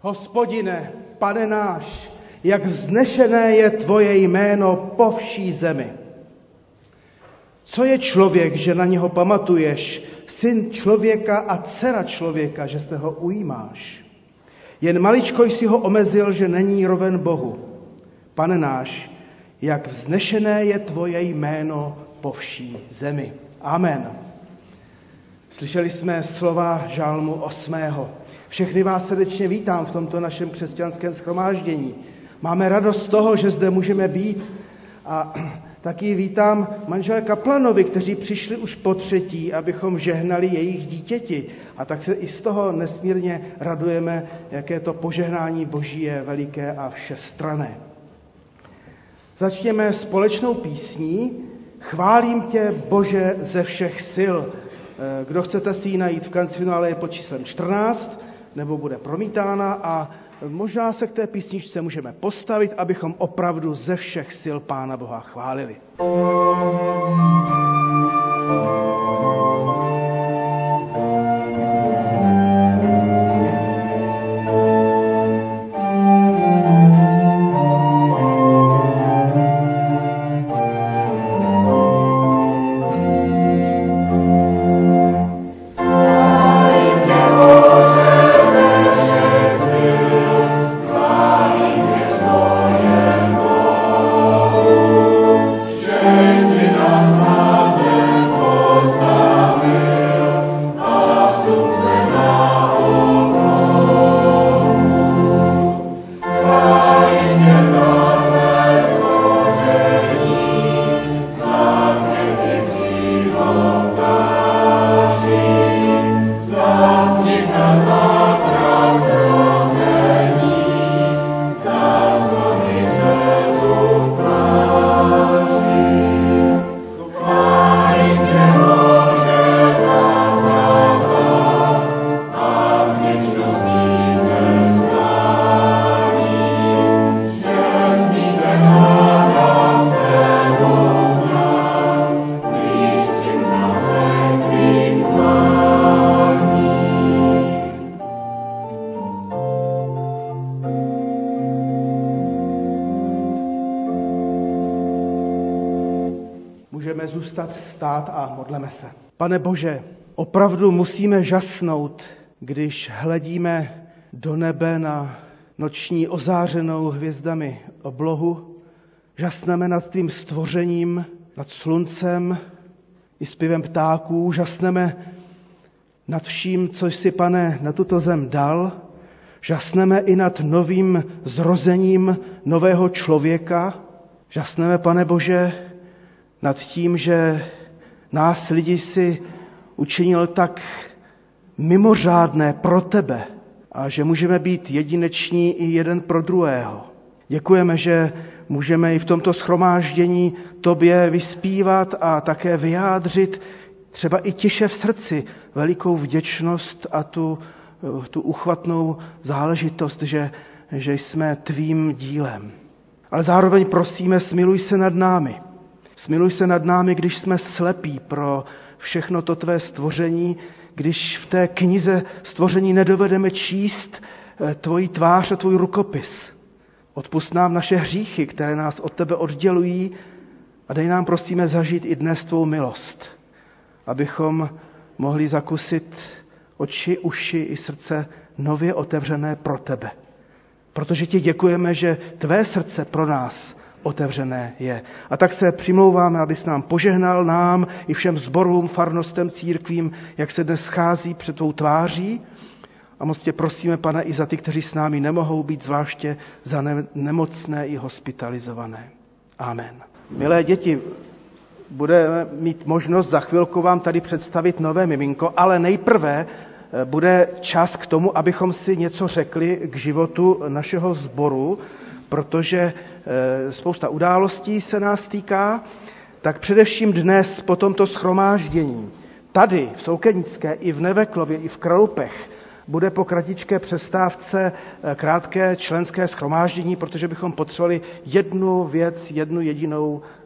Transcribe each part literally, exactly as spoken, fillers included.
Hospodine, Pane náš, jak vznešené je tvoje jméno po vší zemi. Co je člověk, že na něho pamatuješ, syn člověka a dcera člověka, že se ho ujímáš? Jen maličko jsi ho omezil, že není roven Bohu. Pane náš, jak vznešené je tvoje jméno po vší zemi. Amen. Slyšeli jsme slova žálmu osmého. Všechny vás srdečně vítám v tomto našem křesťanském shromáždění. Máme radost z toho, že zde můžeme být, a taky vítám manžele kaplanovi, kteří přišli už po třetí, abychom žehnali jejich dítěti. A tak se i z toho nesmírně radujeme, jaké to požehnání Boží je veliké a všestranné. Začněme společnou písní Chválím tě, Bože, ze všech sil. Kdo chcete si ji najít v kancfinále, je pod číslem čtrnáct, nebo bude promítána, a možná se k té písničce můžeme postavit, abychom opravdu ze všech sil Pána Boha chválili. Můžeme zůstat stát a modleme se. Pane Bože, opravdu musíme žasnout, když hledíme do nebe na noční ozářenou hvězdami oblohu. Žasneme nad tvým stvořením, nad sluncem i zpěvem ptáků. Žasneme nad vším, co jsi, Pane, na tuto zem dal. Žasneme i nad novým zrozením nového člověka. Žasneme, Pane Bože, nad tím, že nás lidi si učinil tak mimořádné pro tebe a že můžeme být jedineční i jeden pro druhého. Děkujeme, že můžeme i v tomto shromáždění tobě vyspívat a také vyjádřit třeba i tiše v srdci velikou vděčnost a tu, tu uchvatnou záležitost, že, že jsme tvým dílem. Ale zároveň prosíme, smiluj se nad námi. Smiluj se nad námi, když jsme slepí pro všechno to tvé stvoření, když v té knize stvoření nedovedeme číst tvoji tvář a tvůj rukopis. Odpusť nám naše hříchy, které nás od tebe oddělují, a dej nám, prosíme, zažít i dnes tvou milost, abychom mohli zakusit oči, uši i srdce nově otevřené pro tebe. Protože ti děkujeme, že tvé srdce pro nás otevřené je. A tak se přimlouváme, abys nám požehnal, nám i všem sborům, farnostem, církvím, jak se dnes schází před tvou tváří. A moc tě prosíme, Pane, i za ty, kteří s námi nemohou být, zvláště za ne- nemocné i hospitalizované. Amen. Milé děti, budeme mít možnost za chvilku vám tady představit nové miminko, ale nejprve bude čas k tomu, abychom si něco řekli k životu našeho sboru, protože spousta událostí se nás týká, tak především dnes po tomto shromáždění tady v Soukenické i v Neveklově i v Kralupech bude po kratičké přestávce krátké členské shromáždění, protože bychom potřebovali jednu věc, jednu jedinou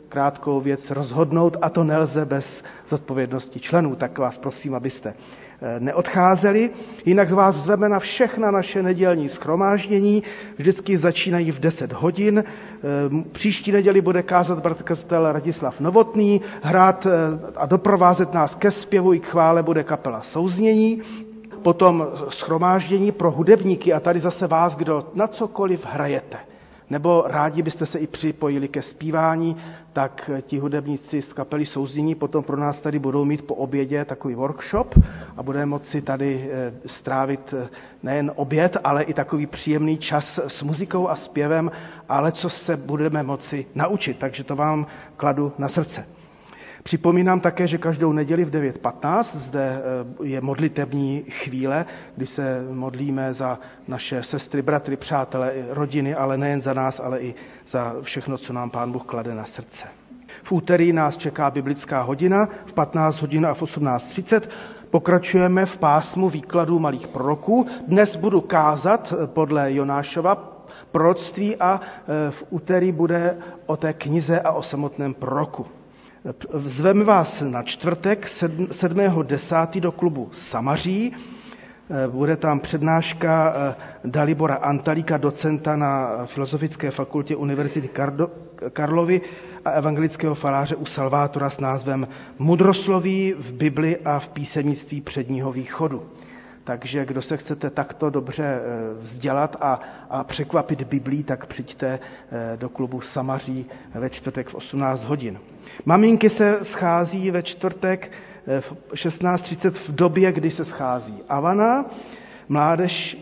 krátkou věc rozhodnout a to nelze bez zodpovědnosti členů. Tak vás prosím, abyste neodcházeli. Jinak vás zveme na všechna naše nedělní shromáždění. Vždycky začínají v deset hodin. Příští neděli bude kázat bratr kostel Radislav Novotný. Hrát a doprovázet nás ke zpěvu i k chvále bude kapela Souznění. Potom shromáždění pro hudebníky a tady zase vás, kdo na cokoliv hrajete. Nebo rádi byste se i připojili ke zpívání, tak ti hudebníci z kapely Souznění potom pro nás tady budou mít po obědě takový workshop a budeme moci tady strávit nejen oběd, ale i takový příjemný čas s muzikou a zpěvem, ale co se budeme moci naučit, takže to vám kladu na srdce. Připomínám také, že každou neděli v devět patnáct zde je modlitební chvíle, kdy se modlíme za naše sestry, bratry, přátelé, rodiny, ale nejen za nás, ale i za všechno, co nám Pán Bůh klade na srdce. V úterý nás čeká biblická hodina v patnáct hodin a v osmnáct třicet. Pokračujeme v pásmu výkladů malých proroků. Dnes budu kázat podle Jonášova proroctví a v úterý bude o té knize a o samotném proroku. Zveme vás na čtvrtek sedmého desátého do klubu Samaří. Bude tam přednáška Dalibora Antalíka, docenta na Filozofické fakultě Univerzity Karlovy a evangelického faráře u Salvátora s názvem Mudrosloví v Bibli a v písemnictví předního východu. Takže kdo se chcete takto dobře vzdělat a, a překvapit Biblí, tak přijďte do klubu Samaří ve čtvrtek v osmnáct hodin. Maminky se schází ve čtvrtek v šestnáct třicet v době, kdy se schází Avana. Mládež,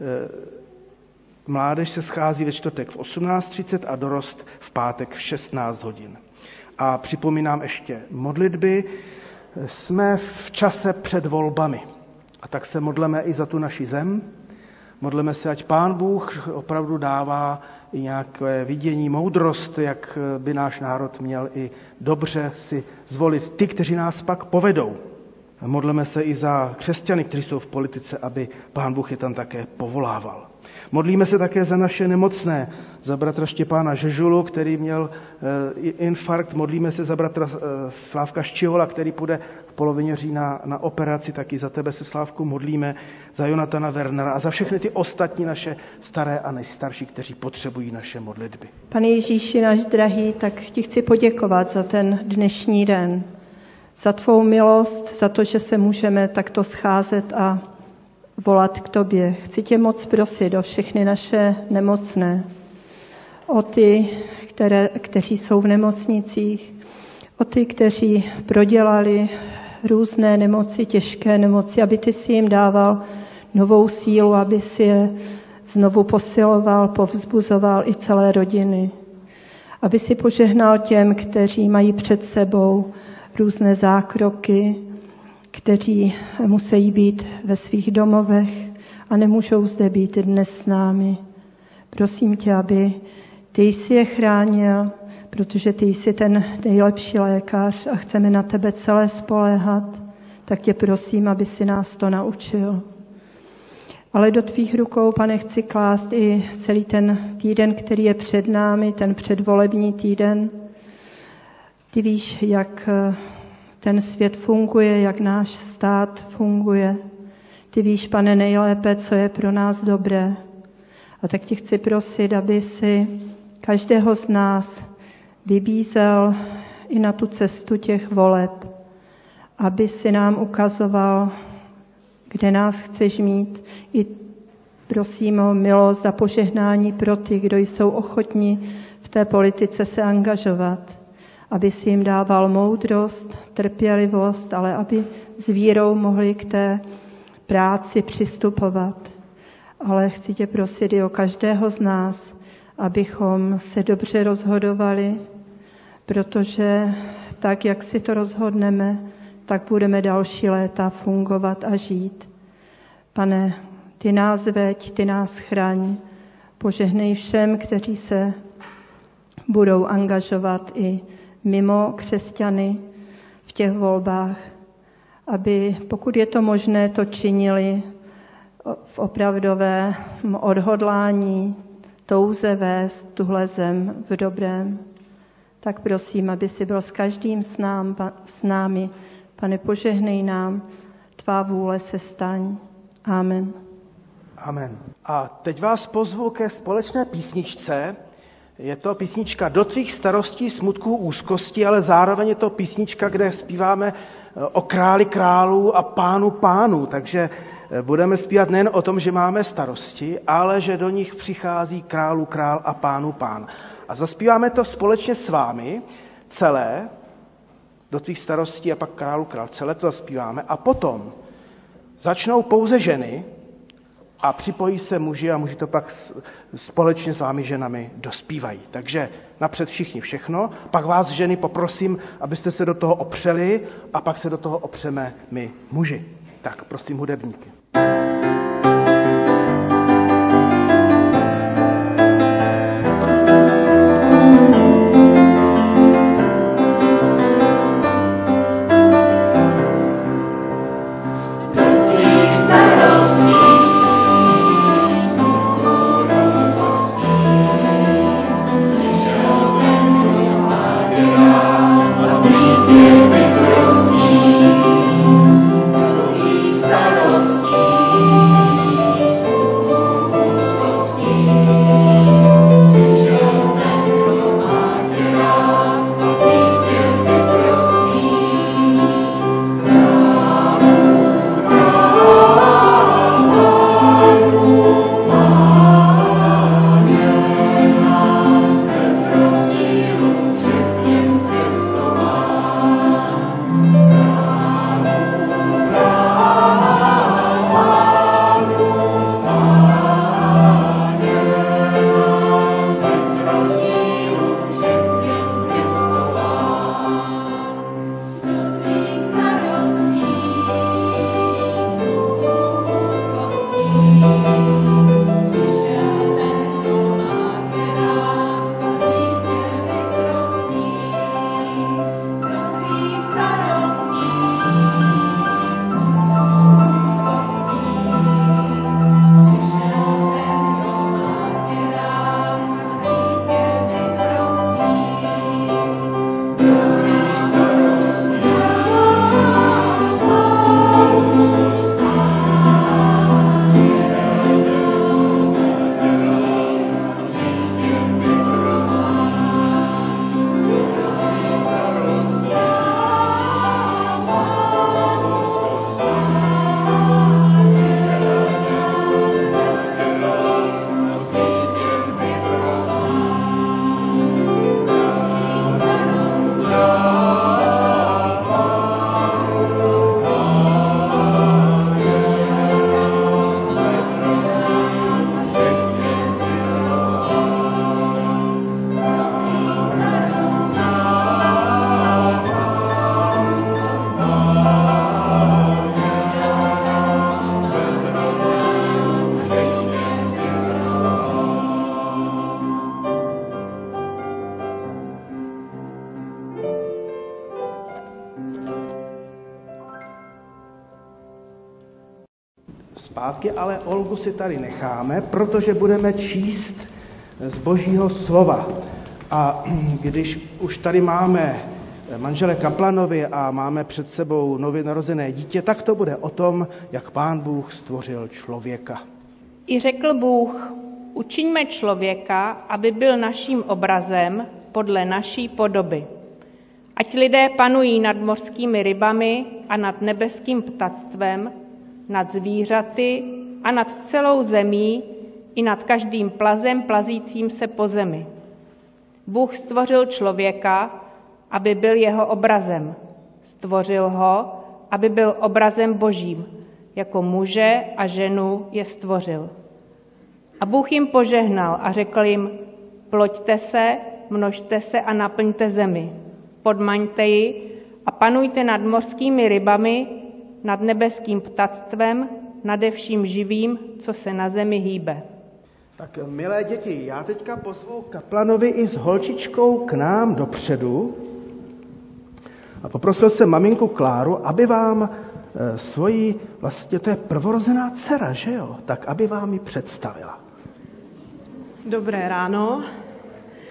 mládež se schází ve čtvrtek v osmnáct třicet a dorost v pátek v šestnáct hodin. A připomínám ještě modlitby. Jsme v čase před volbami. A tak se modleme i za tu naši zem. Modleme se, ať Pán Bůh opravdu dává i nějaké vidění, moudrost, jak by náš národ měl i dobře si zvolit ty, kteří nás pak povedou. Modleme se i za křesťany, kteří jsou v politice, aby Pán Bůh je tam také povolával. Modlíme se také za naše nemocné, za bratra Štěpána Žežulu, který měl infarkt. Modlíme se za bratra Slávka Ščihola, který půjde v polovině října na operaci. Taky za tebe se, Slávku, modlíme, za Jonatana Wernera a za všechny ty ostatní naše staré a nejstarší, kteří potřebují naše modlitby. Pane Ježíši, náš drahý, tak ti chci poděkovat za ten dnešní den, za tvou milost, za to, že se můžeme takto scházet a volat k tobě. Chci tě moc prosit o všechny naše nemocné, o ty, které, kteří jsou v nemocnicích, o ty, kteří prodělali různé nemoci, těžké nemoci, aby ty si jim dával novou sílu, aby si je znovu posiloval, povzbuzoval i celé rodiny. Aby si požehnal těm, kteří mají před sebou různé zákroky, kteří musí být ve svých domovech a nemůžou zde být dnes s námi. Prosím tě, aby ty jsi je chránil, protože ty jsi ten nejlepší lékař a chceme na tebe celé spoléhat, tak tě prosím, aby si nás to naučil. Ale do tvých rukou, Pane, chci klást i celý ten týden, který je před námi, ten předvolební týden. Ty víš, jak ten svět funguje, jak náš stát funguje. Ty víš, Pane, nejlépe, co je pro nás dobré. A tak ti chci prosit, aby si každého z nás vybízel i na tu cestu těch voleb, aby si nám ukazoval, kde nás chceš mít. I prosím o milost a požehnání pro ty, kdo jsou ochotní v té politice se angažovat. Aby si jim dával moudrost, trpělivost, ale aby s vírou mohli k té práci přistupovat. Ale chci tě prosit i o každého z nás, abychom se dobře rozhodovali, protože tak, jak si to rozhodneme, tak budeme další léta fungovat a žít. Pane, ty nás veď, ty nás chraň, požehnej všem, kteří se budou angažovat i mimo křesťany v těch volbách, aby, pokud je to možné, to činili v opravdovém odhodlání, touze vést tuhle zem v dobrém. Tak prosím, aby si byl s každým s, nám, s námi. Pane, požehnej nám, tvá vůle se staň. Amen. Amen. A teď vás pozvu ke společné písničce. Je to písnička Do tvých starostí, smutků, úzkosti, ale zároveň je to písnička, kde zpíváme o králi králů a pánu pánů. Takže budeme zpívat nejen o tom, že máme starosti, ale že do nich přichází králu král a pánu pán. A zaspíváme to společně s vámi celé, do tvých starostí a pak králu král. Celé to zaspíváme a potom začnou pouze ženy a připojí se muži a muži to pak společně s vámi ženami dospívají. Takže napřed všichni všechno, pak vás ženy poprosím, abyste se do toho opřeli a pak se do toho opřeme my muži. Tak prosím hudebníky. Zpátky, ale Olgu si tady necháme, protože budeme číst z Božího slova. A když už tady máme manžele Kaplanovi a máme před sebou nově narozené dítě, tak to bude o tom, jak Pán Bůh stvořil člověka. I řekl Bůh, učiňme člověka, aby byl naším obrazem podle naší podoby. Ať lidé panují nad mořskými rybami a nad nebeským ptactvem, nad zvířaty a nad celou zemí i nad každým plazem plazícím se po zemi. Bůh stvořil člověka, aby byl jeho obrazem. Stvořil ho, aby byl obrazem Božím, jako muže a ženu je stvořil. A Bůh jim požehnal a řekl jim, ploďte se, množte se a naplňte zemi, podmaňte ji a panujte nad mořskými rybami, nad nebeským ptactvem, nade vším živým, co se na zemi hýbe. Tak milé děti, já teďka pozvu Kaplanovi i s holčičkou k nám dopředu a poprosil jsem maminku Kláru, aby vám e, svoji, vlastně to je prvorozená dcera, že jo, tak aby vám ji představila. Dobré ráno.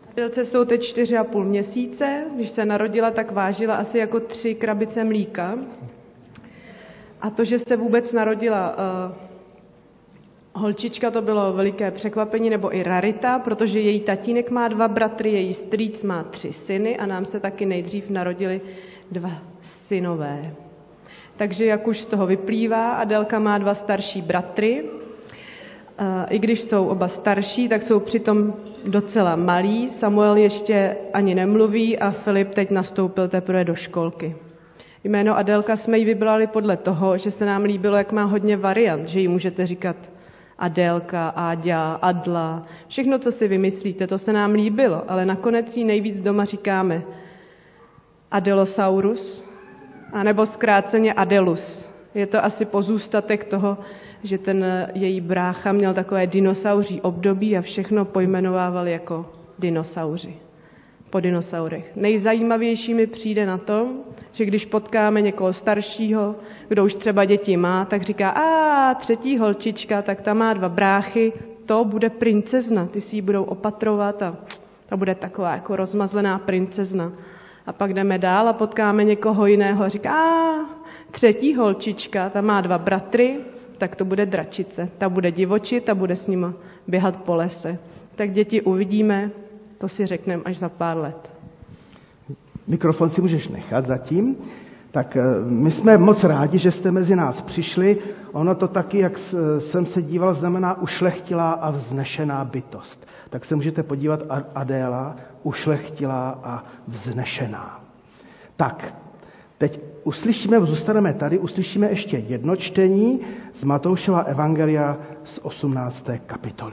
Adelce jsou teď čtyři a půl měsíce. Když se narodila, tak vážila asi jako tři krabice mlíka. A to, že se vůbec narodila uh, holčička, to bylo veliké překvapení nebo i rarita, protože její tatínek má dva bratry, její strýc má tři syny a nám se taky nejdřív narodili dva synové. Takže jak už z toho vyplývá, Adelka má dva starší bratry. I když jsou oba starší, tak jsou přitom docela malí. Samuel ještě ani nemluví a Filip teď nastoupil teprve do školky. Jméno Adelka jsme jí vybrali podle toho, že se nám líbilo, jak má hodně variant, že jí můžete říkat Adélka, Áďa, Adla, všechno, co si vymyslíte, to se nám líbilo, ale nakonec jí nejvíc doma říkáme Adelosaurus, anebo zkráceně Adelus. Je to asi pozůstatek toho, že ten její brácha měl takové dinosauří období a všechno pojmenovával jako dinosauři. Po dinosaurech. Nejzajímavější mi přijde na tom, že když potkáme někoho staršího, kdo už třeba děti má, tak říká, a třetí holčička, tak ta má dva bráchy, to bude princezna, ty si ji budou opatrovat a ta bude taková jako rozmazlená princezna. A pak jdeme dál a potkáme někoho jiného a říká, a třetí holčička, ta má dva bratry, tak to bude dračice. Ta bude divočit, ta bude s nima běhat po lese. Tak děti uvidíme, to si řekneme až za pár let. Mikrofon si můžeš nechat zatím. Tak my jsme moc rádi, že jste mezi nás přišli. Ono to taky, jak jsem se díval, znamená ušlechtilá a vznešená bytost. Tak se můžete podívat Adéla, ušlechtilá a vznešená. Tak, teď uslyšíme, zůstaneme tady, uslyšíme ještě jedno čtení z Matoušova evangelia z osmnácté kapitoly.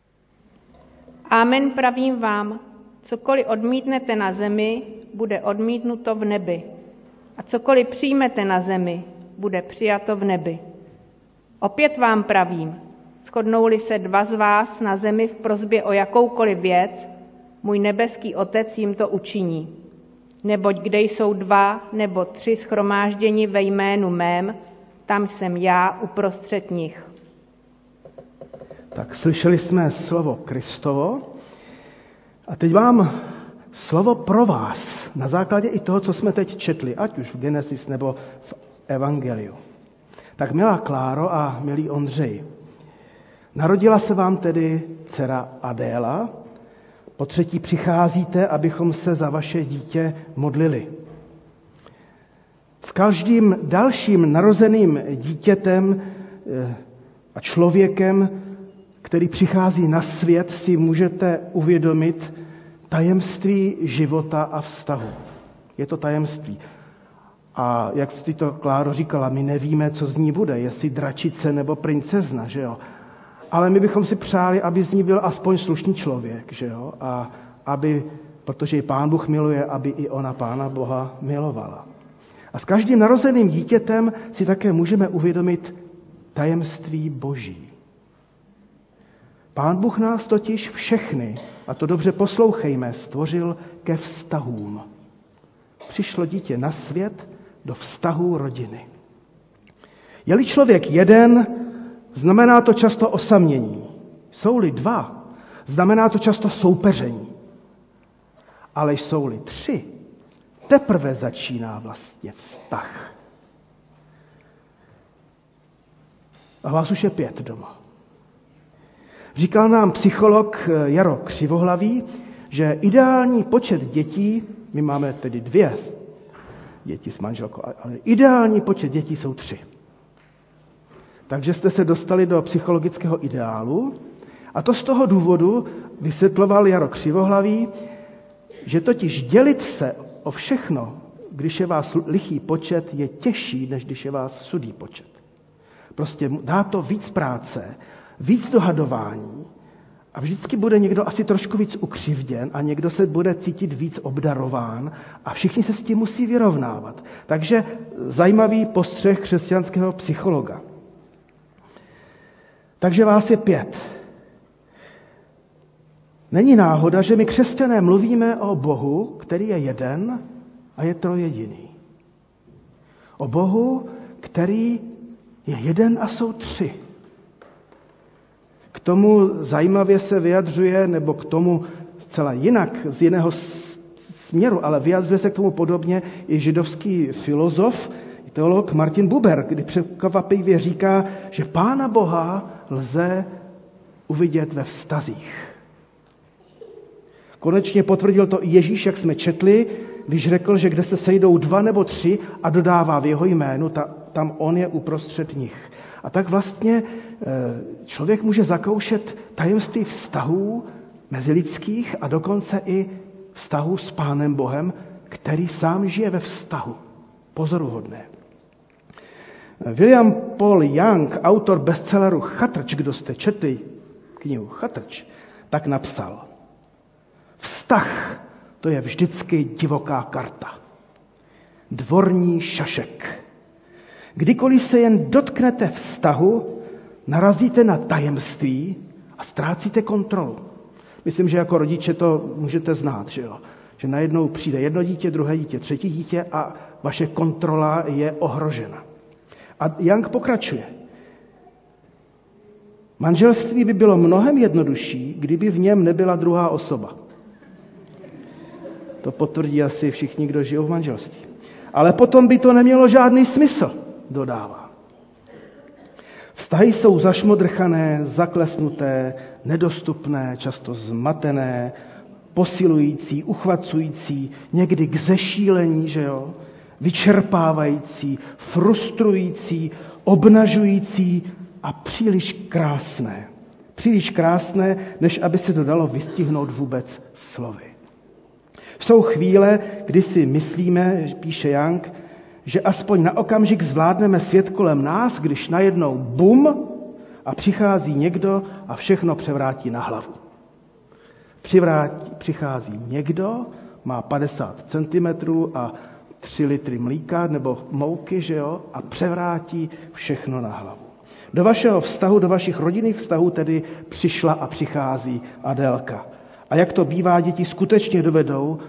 Amen pravím vám, cokoliv odmítnete na zemi, bude odmítnuto v nebi. A cokoliv přijmete na zemi, bude přijato v nebi. Opět vám pravím, shodnou-li se dva z vás na zemi v prosbě o jakoukoliv věc, můj nebeský Otec jim to učiní. Neboť kde jsou dva nebo tři shromážděni ve jménu mém, tam jsem já uprostřed nich. Tak slyšeli jsme slovo Kristovo a teď vám slovo pro vás na základě i toho, co jsme teď četli, ať už v Genesis nebo v Evangeliu. Tak milá Kláro a milý Ondřej, narodila se vám tedy dcera Adéla, po třetí přicházíte, abychom se za vaše dítě modlili. S každým dalším narozeným dítětem a člověkem, který přichází na svět, si můžete uvědomit tajemství života a vztahu. Je to tajemství. A jak jsi to, Kláro, říkala, my nevíme, co z ní bude, jestli dračice nebo princezna, že jo. Ale my bychom si přáli, aby z ní byl aspoň slušný člověk, že jo. A aby, protože ji Pán Bůh miluje, aby i ona Pána Boha milovala. A s každým narozeným dítětem si také můžeme uvědomit tajemství Boží. Pán Bůh nás totiž všechny, a to dobře poslouchejme, stvořil ke vztahům. Přišlo dítě na svět do vztahů rodiny. Je-li člověk jeden, znamená to často osamění. Jsou-li dva, znamená to často soupeření. Ale jsou-li tři, teprve začíná vlastně vztah. A vás už je pět doma. Říkal nám psycholog Jaro Křivohlavý, že ideální počet dětí, my máme tedy dvě děti s manželkou, ale ideální počet dětí jsou tři. Takže jste se dostali do psychologického ideálu a to z toho důvodu vysvětloval Jaro Křivohlavý, že totiž dělit se o všechno, když je vás lichý počet, je těžší, než když je vás sudý počet. Prostě dá to víc práce, víc dohadování a vždycky bude někdo asi trošku víc ukřivděn a někdo se bude cítit víc obdarován a všichni se s tím musí vyrovnávat. Takže zajímavý postřeh křesťanského psychologa. Takže vás je pět. Není náhoda, že my křesťané mluvíme o Bohu, který je jeden a je trojjediný. O Bohu, který je jeden a jsou tři. K tomu zajímavě se vyjadřuje, nebo k tomu zcela jinak, z jiného směru, ale vyjadřuje se k tomu podobně i židovský filozof, teolog Martin Buber, kdy překvapivě říká, že Pána Boha lze uvidět ve vztazích. Konečně potvrdil to i Ježíš, jak jsme četli, když řekl, že kde se sejdou dva nebo tři a dodává v jeho jménu, ta, tam on je uprostřed nich. A tak vlastně člověk může zakoušet tajemství vztahů mezilidských a dokonce i vztahů s Pánem Bohem, který sám žije ve vztahu. Pozoruhodné. William Paul Young, autor bestselleru Chatrč, kdo jste četli knihu Chatrč, tak napsal: vztah, to je vždycky divoká karta. Dvorní šašek. Kdykoliv se jen dotknete vztahu, narazíte na tajemství a ztrácíte kontrolu. Myslím, že jako rodiče to můžete znát, že jo? Že najednou přijde jedno dítě, druhé dítě, třetí dítě a vaše kontrola je ohrožena. A Young pokračuje. Manželství by bylo mnohem jednodušší, kdyby v něm nebyla druhá osoba. To potvrdí asi všichni, kdo žijou v manželství. Ale potom by to nemělo žádný smysl, dodává. Vztahy jsou zašmodrchané, zaklesnuté, nedostupné, často zmatené, posilující, uchvacující, někdy k zešílení, že jo? Vyčerpávající, frustrující, obnažující a příliš krásné. Příliš krásné, než aby se to dalo vystihnout vůbec slovy. Jsou chvíle, kdy si myslíme, píše Young, že aspoň na okamžik zvládneme svět kolem nás, když najednou bum a přichází někdo a všechno převrátí na hlavu. Přivrátí, přichází někdo, má padesát centimetrů a tři litry mlíka nebo mouky, že jo, a převrátí všechno na hlavu. Do vašeho vztahu, do vašich rodinných vztahů tedy přišla a přichází Adélka. A jak to bývá, děti skutečně dovedou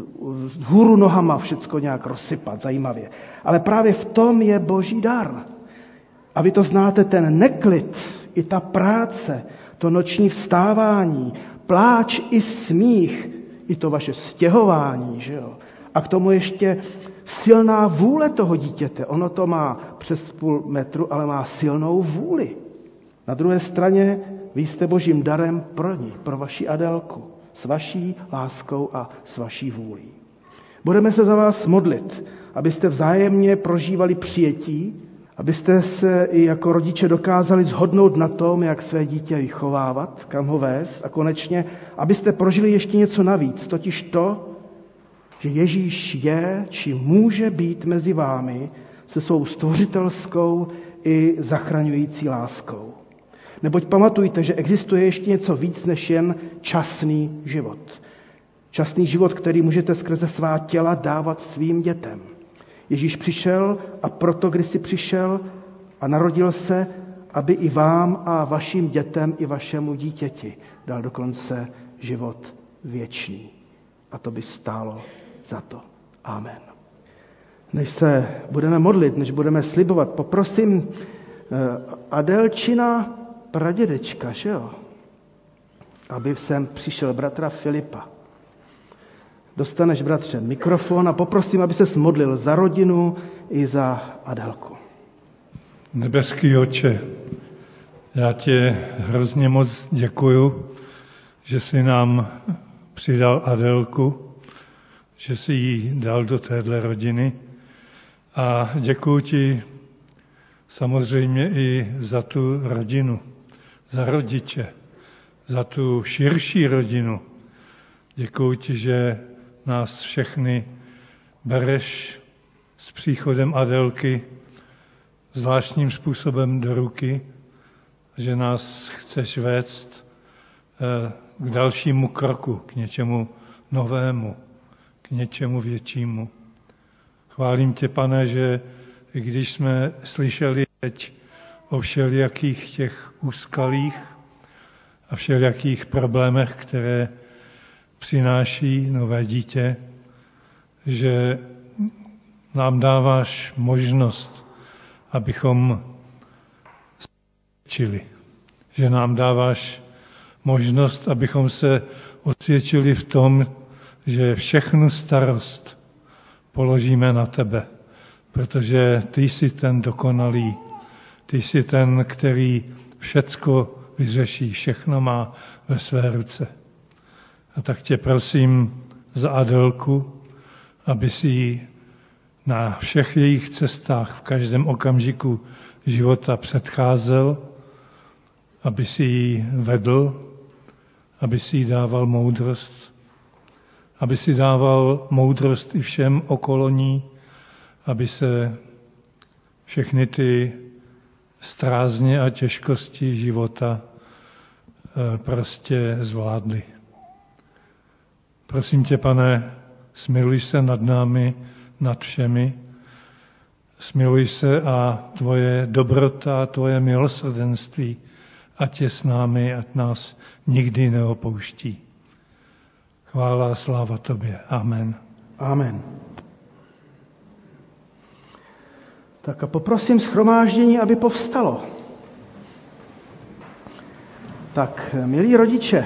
hůru nohama všecko nějak rozsypat, zajímavě. Ale právě v tom je boží dar. A vy to znáte, ten neklid, i ta práce, to noční vstávání, pláč i smích, i to vaše stěhování, že jo. A k tomu ještě silná vůle toho dítěte. Ono to má přes půl metru, ale má silnou vůli. Na druhé straně vy jste božím darem pro ní, pro vaši Adélku, s vaší láskou a s vaší vůlí. Budeme se za vás modlit, abyste vzájemně prožívali přijetí, abyste se i jako rodiče dokázali shodnout na tom, jak své dítě vychovávat, kam ho vést a konečně, abyste prožili ještě něco navíc, totiž to, že Ježíš je, či může být mezi vámi se svou stvořitelskou i zachraňující láskou. Neboť pamatujte, že existuje ještě něco víc než jen časný život. Časný život, který můžete skrze svá těla dávat svým dětem. Ježíš přišel a proto, když si přišel a narodil se, aby i vám a vašim dětem i vašemu dítěti dal dokonce život věčný. A to by stálo za to. Amen. Než se budeme modlit, než budeme slibovat, poprosím Adélčina pradědečka, že jo? Aby sem přišel bratra Filipa. Dostaneš, bratře, mikrofon a poprosím, aby ses modlil za rodinu i za Adélku. Nebeský Otče, já tě hrozně moc děkuju, že jsi nám přidal Adélku, že jsi ji dal do téhle rodiny a děkuju ti samozřejmě i za tu rodinu, za rodiče, za tu širší rodinu. Děkuju ti, že nás všechny bereš s příchodem Adélky zvláštním způsobem do ruky, že nás chceš vést k dalšímu kroku, k něčemu novému, k něčemu většímu. Chválím tě, Pane, že když jsme slyšeli teď o všelijakých těch úskalích a všelijakých problémech, které přináší nové dítě, že nám dáváš možnost, abychom se učili. Že nám dáváš možnost, abychom se osvědčili v tom, že všechnu starost položíme na tebe, protože ty jsi ten dokonalý, ty jsi ten, který všecko vyřeší, všechno má ve své ruce. A tak tě prosím za Adelku, aby si ji na všech jejich cestách v každém okamžiku života předcházel, aby si ji vedl, aby si jí dával moudrost, aby si dával moudrost i všem okolo ní, aby se všechny ty strázně a těžkosti života prostě zvládly. Prosím tě, Pane, smiluj se nad námi, nad všemi, smiluj se a tvoje dobrota, tvoje milosrdenství, ať je s námi, ať nás nikdy neopouští. Chvála a sláva tobě. Amen. Amen. Tak a poprosím shromáždění, aby povstalo. Tak, milí rodiče,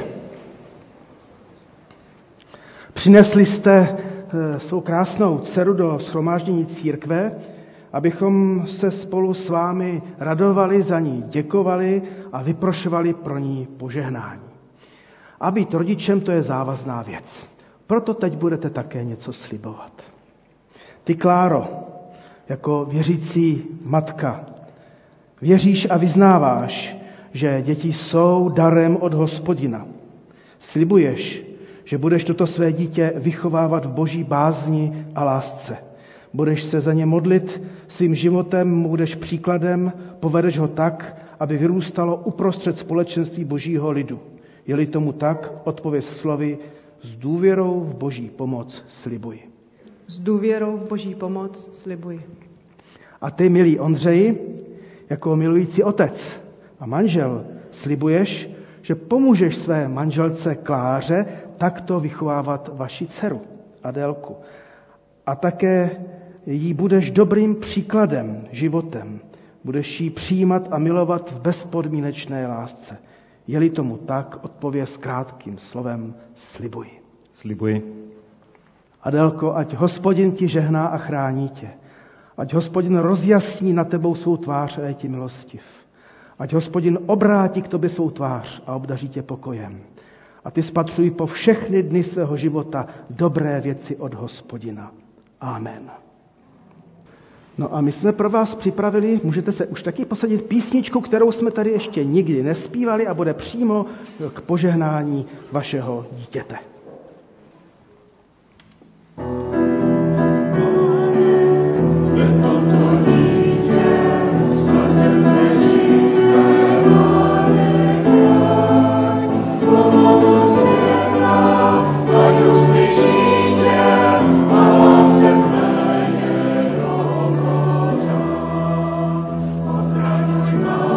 přinesli jste svou krásnou dceru do shromáždění církve, abychom se spolu s vámi radovali, za ní děkovali a vyprošovali pro ní požehnání. A být rodičem, to je závazná věc. Proto teď budete také něco slibovat. Ty, Kláro, jako věřící matka, věříš a vyznáváš, že děti jsou darem od Hospodina. Slibuješ, že budeš toto své dítě vychovávat v boží bázni a lásce. Budeš se za ně modlit, svým životem mu budeš příkladem, povedeš ho tak, aby vyrůstalo uprostřed společenství božího lidu. Je-li tomu tak, odpověz slovy: s důvěrou v boží pomoc slibuji. S důvěrou v boží pomoc slibuji. A ty, milý Ondřeji, jako milující otec a manžel, slibuješ, že pomůžeš své manželce Kláře takto vychovávat vaši dceru Adélku. A také jí budeš dobrým příkladem, životem. Budeš ji přijímat a milovat v bezpodmínečné lásce. Je-li tomu tak, odpověz krátkým slovem: slibuji. Slibuji. Adélko, ať Hospodin ti žehná a chrání tě. Ať Hospodin rozjasní na tebou svou tvář a je ti milostiv. Ať Hospodin obrátí k tobě svou tvář a obdaří tě pokojem. A ty spatřuj po všechny dny svého života dobré věci od Hospodina. Amen. No a my jsme pro vás připravili, můžete se už taky posadit, písničku, kterou jsme tady ještě nikdy nespívali a bude přímo k požehnání vašeho dítěte.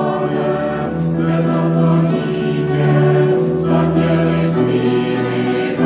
Za měli smíry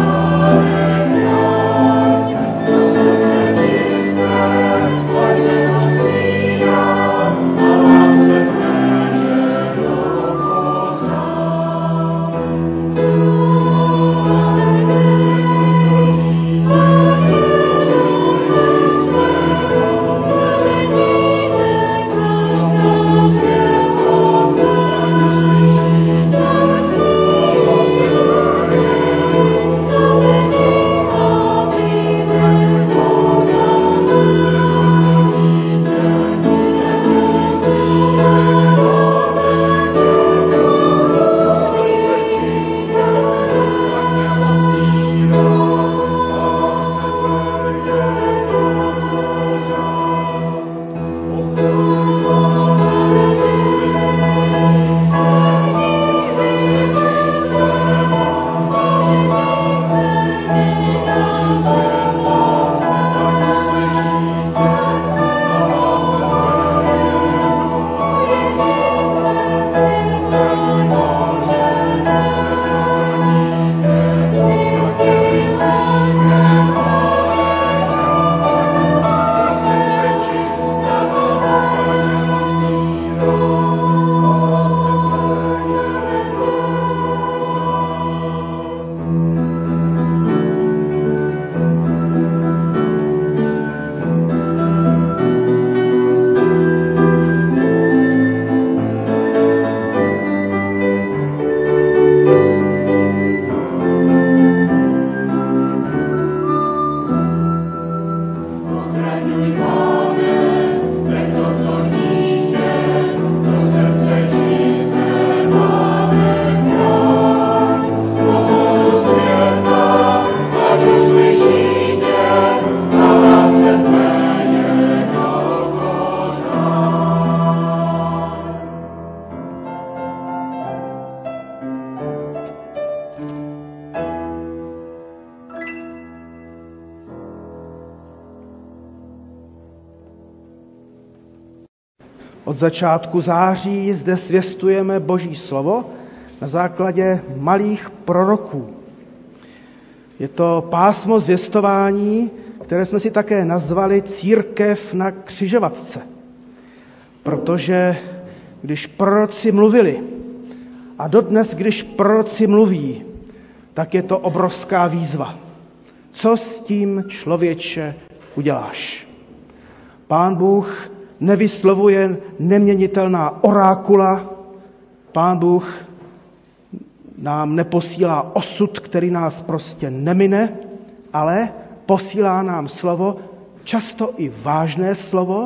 Od začátku září zde zvěstujeme Boží slovo na základě malých proroků. Je to pásmo zvěstování, které jsme si také nazvali Církev na křižovatce. Protože když proroci mluvili, a dodnes, když proroci mluví, tak je to obrovská výzva. Co s tím, člověče, uděláš? Pán Bůh nevyslovuje neměnitelná orákula, Pán Bůh nám neposílá osud, který nás prostě nemine, ale posílá nám slovo, často i vážné slovo,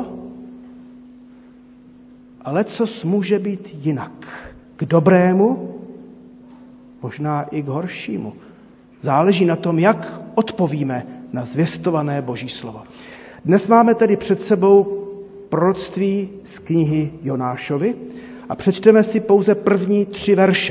ale lecos může být jinak. K dobrému, možná i k horšímu. Záleží na tom, jak odpovíme na zvěstované Boží slovo. Dnes máme tedy před sebou proroctví z knihy Jonášovi a přečteme si pouze první tři verše.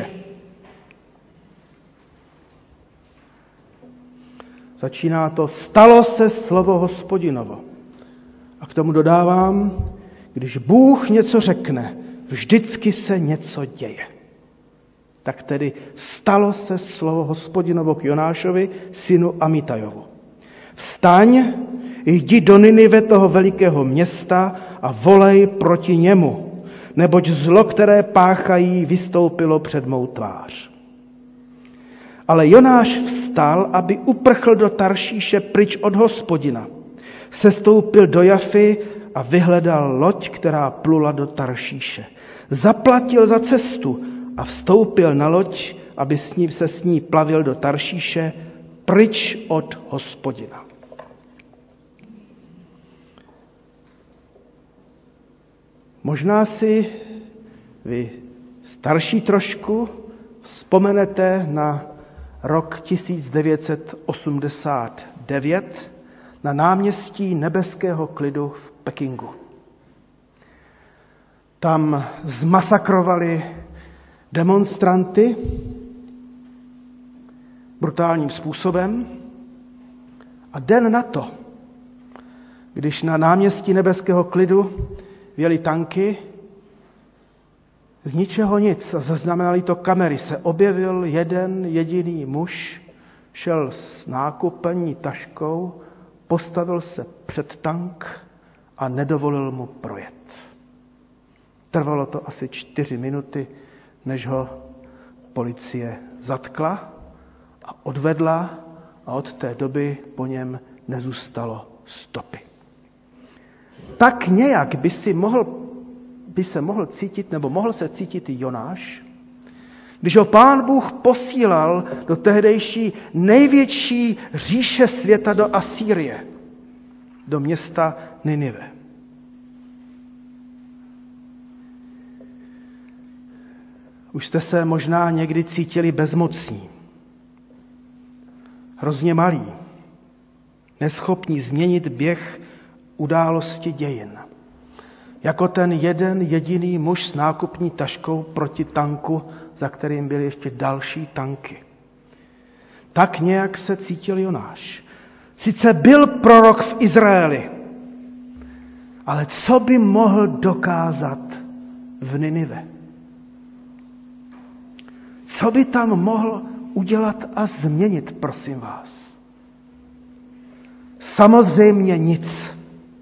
Začíná to: stalo se slovo Hospodinovo. A k tomu dodávám, když Bůh něco řekne, vždycky se něco děje. Tak tedy stalo se slovo Hospodinovo k Jonášovi, synu Amitajovu. Vstaň, jdi do Ninive, toho velikého města, a volej proti němu, neboť zlo, které páchají, vystoupilo před mou tvář. Ale Jonáš vstal, aby uprchl do Taršíše pryč od Hospodina. Sestoupil do Jafy a vyhledal loď, která plula do Taršíše. Zaplatil za cestu a vstoupil na loď, aby s ní, se s ní plavil do Taršíše, pryč od Hospodina. Možná si vy starší trošku vzpomenete na rok tisíc devět set osmdesát devět na náměstí Nebeského klidu v Pekingu. Tam zmasakrovali demonstranty brutálním způsobem a den na to, když na náměstí Nebeského klidu vjeli tanky, z ničeho nic, a zaznamenali to kamery, se objevil jeden jediný muž, šel s nákupní taškou, postavil se před tank a nedovolil mu projet. Trvalo to asi čtyři minuty, než ho policie zatkla a odvedla, a od té doby po něm nezůstalo stopy. Tak nějak by si mohl, by se mohl cítit, nebo mohl se cítit i Jonáš, když ho Pán Bůh posílal do tehdejší největší říše světa, do Asýrie, do města Ninive. Už jste se možná někdy cítili bezmocní, hrozně malí, neschopní změnit běh události dějin. Jako ten jeden jediný muž s nákupní taškou proti tanku, za kterým byly ještě další tanky. Tak nějak se cítil Jonáš. Sice byl prorok v Izraeli, ale co by mohl dokázat v Ninive? Co by tam mohl udělat a změnit, prosím vás? Samozřejmě nic.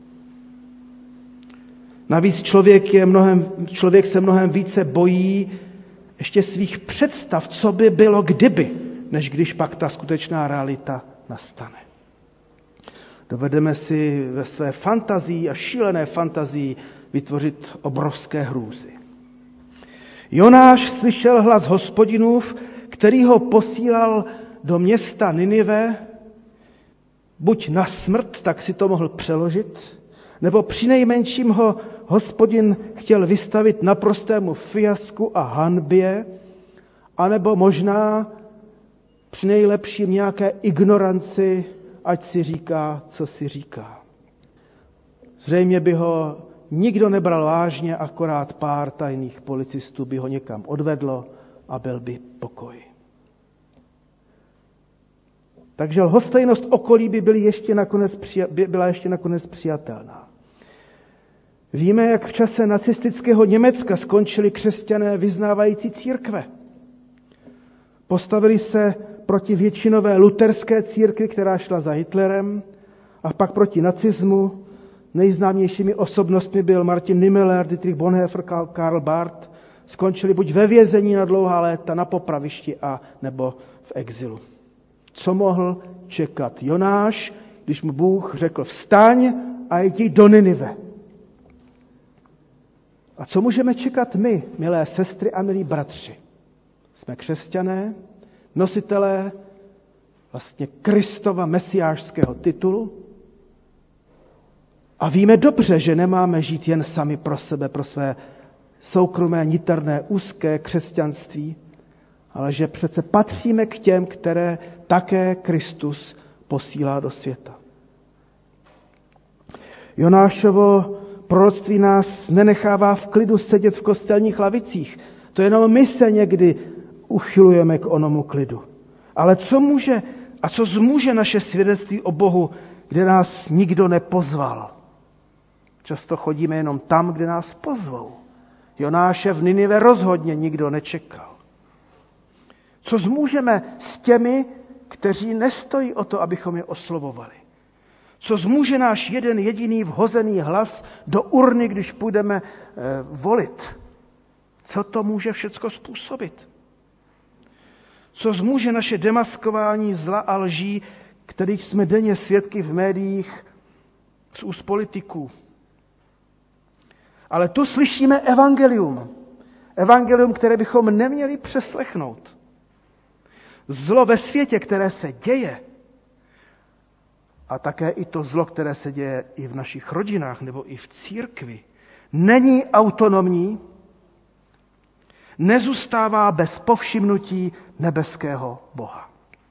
Navíc člověk, je mnohem, člověk se mnohem více bojí ještě svých představ, co by bylo kdyby, než když pak ta skutečná realita nastane. Dovedeme si ve své fantazii a šílené fantazii vytvořit obrovské hrůzy. Jonáš slyšel hlas Hospodinův, který ho posílal do města Ninive, buď na smrt, tak si to mohl přeložit, nebo přinejmenším ho Hospodin chtěl vystavit naprostému fiasku a hanbě, anebo možná přinejlepším nějaké ignoranci, ať si říká, co si říká. Zřejmě by ho nikdo nebral vážně, akorát pár tajných policistů by ho někam odvedlo a byl by pokoj. Takže lhostejnost okolí by byly ještě nakonec, byla ještě nakonec přijatelná. Víme, jak v čase nacistického Německa skončili křesťané vyznávající církve. Postavili se proti většinové luterské církvi, která šla za Hitlerem, a pak proti nacismu. Nejznámějšími osobnostmi byl Martin Niemöller, Dietrich Bonhoeffer, Karl Barth. Skončili buď ve vězení na dlouhá léta, na popravišti a nebo v exilu. Co mohl čekat Jonáš, když mu Bůh řekl vstaň a jdi do Ninive? A co můžeme čekat my, milé sestry a milí bratři? Jsme křesťané, nositelé vlastně Kristova mesiášského titulu a víme dobře, že nemáme žít jen sami pro sebe, pro své soukromé, niterné, úzké křesťanství, ale že přece patříme k těm, které také Kristus posílá do světa. Jonášovo proroctví nás nenechává v klidu sedět v kostelních lavicích. To jenom my se někdy uchylujeme k onomu klidu. Ale co může a co zmůže naše svědectví o Bohu, kde nás nikdo nepozval? Často chodíme jenom tam, kde nás pozvou. Jonáše v Ninive rozhodně nikdo nečekal. Co zmůžeme s těmi, kteří nestojí o to, abychom je oslovovali? Co zmůže náš jeden jediný vhozený hlas do urny, když půjdeme eh, volit? Co to může všecko způsobit? Co zmůže naše demaskování zla a lží, kterých jsme denně svědky v médiích z úst politiků? Ale tu slyšíme evangelium. Evangelium, které bychom neměli přeslechnout. Zlo ve světě, které se děje, a také i to zlo, které se děje i v našich rodinách nebo i v církvi, není autonomní, nezůstává bez povšimnutí nebeského Boha.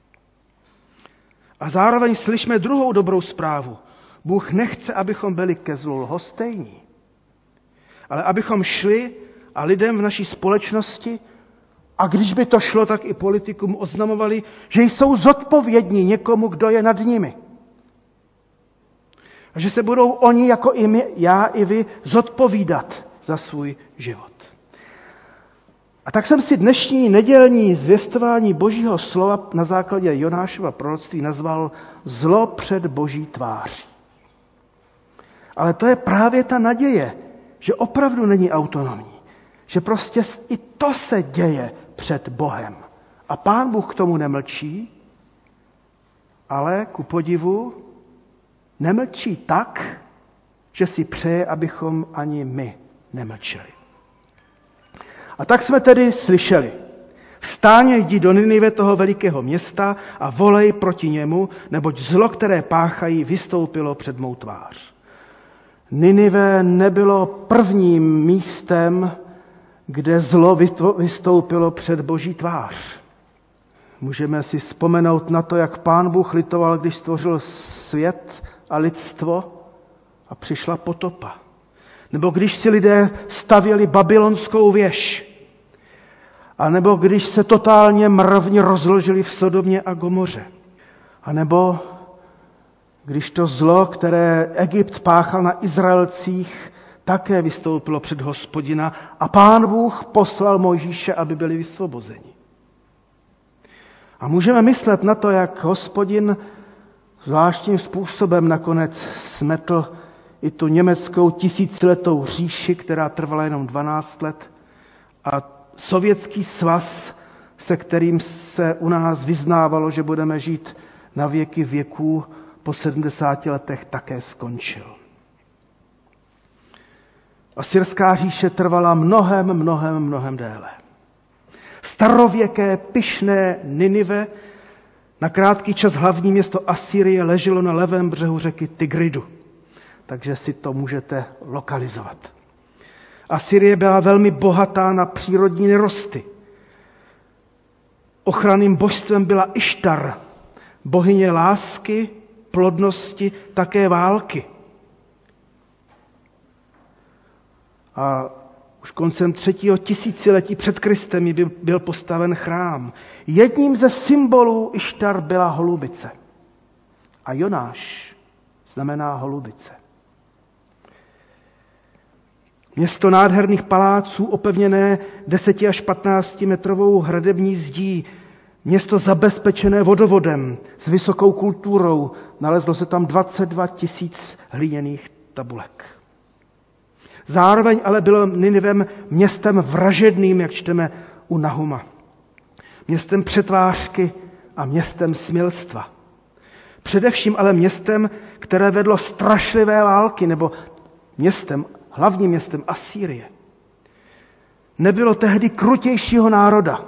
A zároveň slyšme druhou dobrou zprávu. Bůh nechce, abychom byli ke zlu lhostejní, ale abychom šli a lidem v naší společnosti, a když by to šlo, tak i politikům oznamovali, že jsou zodpovědní někomu, kdo je nad nimi. A že se budou oni, jako i my, já i vy, zodpovídat za svůj život. A tak jsem si dnešní nedělní zvěstování Božího slova na základě Jonášova proroctví nazval zlo před Boží tváří. Ale to je právě ta naděje, že opravdu není autonomní. Že prostě i to se děje před Bohem. A Pán Bůh k tomu nemlčí, ale ku podivu nemlčí tak, že si přeje, abychom ani my nemlčeli. A tak jsme tedy slyšeli. Vstáň, jdi do Ninive, toho velikého města, a volej proti němu, neboť zlo, které páchají, vystoupilo před mou tvář. Ninive nebylo prvním místem, kde zlo vystoupilo před Boží tvář. Můžeme si vzpomenout na to, jak Pán Bůh litoval, když stvořil svět a lidstvo a přišla potopa. Nebo když si lidé stavěli babylonskou věž. A nebo když se totálně mravně rozložili v Sodomě a Gomoře. A nebo když to zlo, které Egypt páchal na Izraelcích, také vystoupilo před Hospodina a Pán Bůh poslal Mojžíše, aby byli vysvobozeni. A můžeme myslet na to, jak Hospodin zvláštním způsobem nakonec smetl i tu německou tisíciletou říši, která trvala jenom dvanáct let, a Sovětský svaz, se kterým se u nás vyznávalo, že budeme žít na věky věků, po sedmdesáti letech také skončil. Asyrská říše trvala mnohem, mnohem, mnohem déle. Starověké, pyšné Ninive, na krátký čas hlavní město Asýrie, leželo na levém břehu řeky Tigridu. Takže si to můžete lokalizovat. Asýrie byla velmi bohatá na přírodní nerosty. Ochranným božstvem byla Ištar, bohyně lásky, plodnosti, také války. A už koncem třetího tisíciletí před Kristem byl postaven chrám. Jedním ze symbolů Ištar byla holubice. A Jonáš znamená holubice. Město nádherných paláců, opevněné deseti až patnácti metrovou hradební zdí, město zabezpečené vodovodem s vysokou kulturou, nalezlo se tam dvacet dva tisíc hliněných tabulek. Zároveň ale bylo Ninivem městem vražedným, jak čteme u Nahuma. Městem přetvářky a městem smilstva. Především ale městem, které vedlo strašlivé války, nebo městem, hlavním městem Asýrie. Nebylo tehdy krutějšího národa.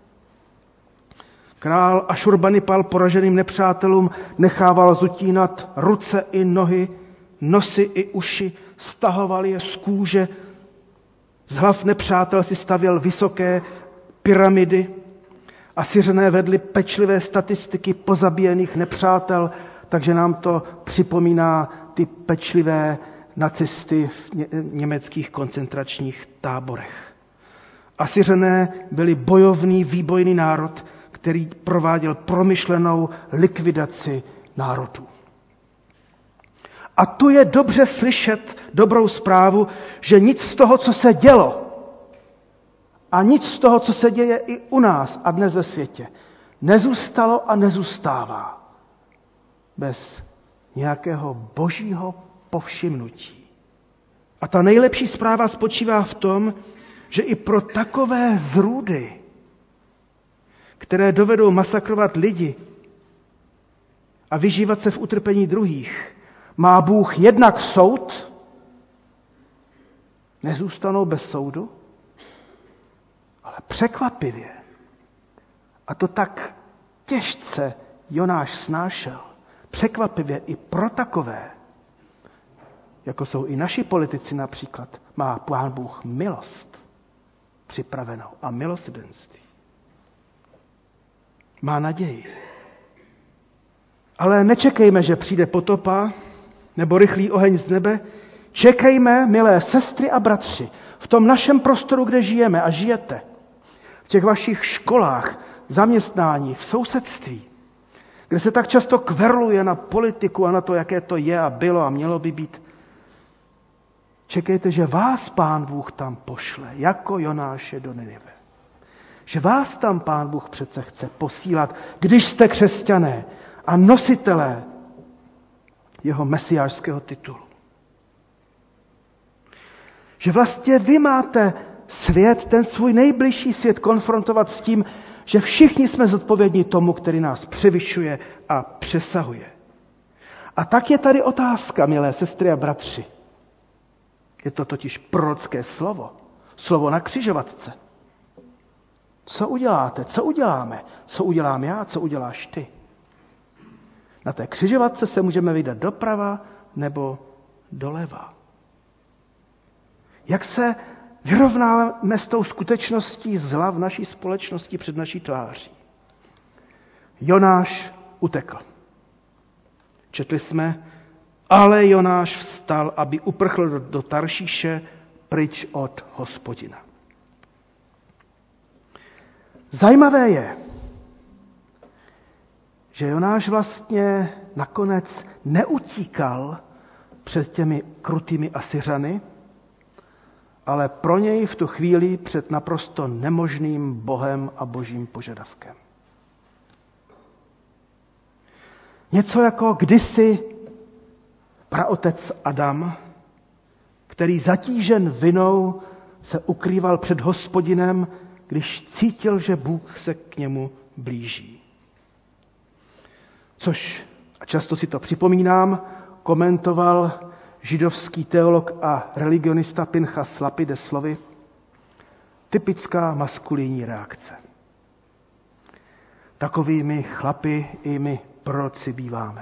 Král Ašurbanipal poraženým nepřátelům nechával zutínat ruce i nohy, nosy i uši, stahoval je z kůže. Z hlav nepřátel si stavěl vysoké pyramidy. Asyřané vedli pečlivé statistiky pozabíjených nepřátel, takže nám to připomíná ty pečlivé nacisty v německých koncentračních táborech. Asyřané byli bojovný, výbojný národ, který prováděl promyšlenou likvidaci národů. A tu je dobře slyšet dobrou zprávu, že nic z toho, co se dělo, a nic z toho, co se děje i u nás a dnes ve světě, nezůstalo a nezůstává bez nějakého božího povšimnutí. A ta nejlepší zpráva spočívá v tom, že i pro takové zrůdy, které dovedou masakrovat lidi a vyžívat se v utrpení druhých, má Bůh jednak soud, nezůstanou bez soudu, ale překvapivě, a to tak těžce Jonáš snášel, překvapivě i pro takové, jako jsou i naši politici například, má Pán Bůh milost připravenou a milosrdenství. Má naději. Ale nečekejme, že přijde potopa nebo rychlý oheň z nebe. Čekejme, milé sestry a bratři, v tom našem prostoru, kde žijeme a žijete, v těch vašich školách, zaměstnání, v sousedství, kde se tak často kverluje na politiku a na to, jaké to je a bylo a mělo by být. Čekejte, že vás Pán Bůh tam pošle, jako Jonáše do Ninive. Že vás tam Pán Bůh přece chce posílat, když jste křesťané a nositelé jeho mesiářského titulu. Že vlastně vy máte svět, ten svůj nejbližší svět konfrontovat s tím, že všichni jsme zodpovědní tomu, který nás převyšuje a přesahuje. A tak je tady otázka, milé sestry a bratři. Je to totiž prorocké slovo, slovo na křižovatce. Co uděláte? Co uděláme? Co udělám já? Co uděláš ty? Na té křižovatce se můžeme vydat doprava nebo doleva. Jak se vyrovnáme s tou skutečností zla v naší společnosti před naší tváří? Jonáš utekl. Četli jsme, ale Jonáš vstal, aby uprchl do, do Taršíše pryč od Hospodina. Zajímavé je, že Jonáš vlastně nakonec neutíkal před těmi krutými Asyřany, ale pro něj v tu chvíli před naprosto nemožným Bohem a božím požadavkem. Něco jako kdysi praotec Adam, který zatížen vinou se ukrýval před Hospodinem, když cítil, že Bůh se k němu blíží. Což, a často si to připomínám, komentoval židovský teolog a religionista Pinchas Lapide slovy: typická maskulinní reakce. Takovými chlapi i my proroci býváme.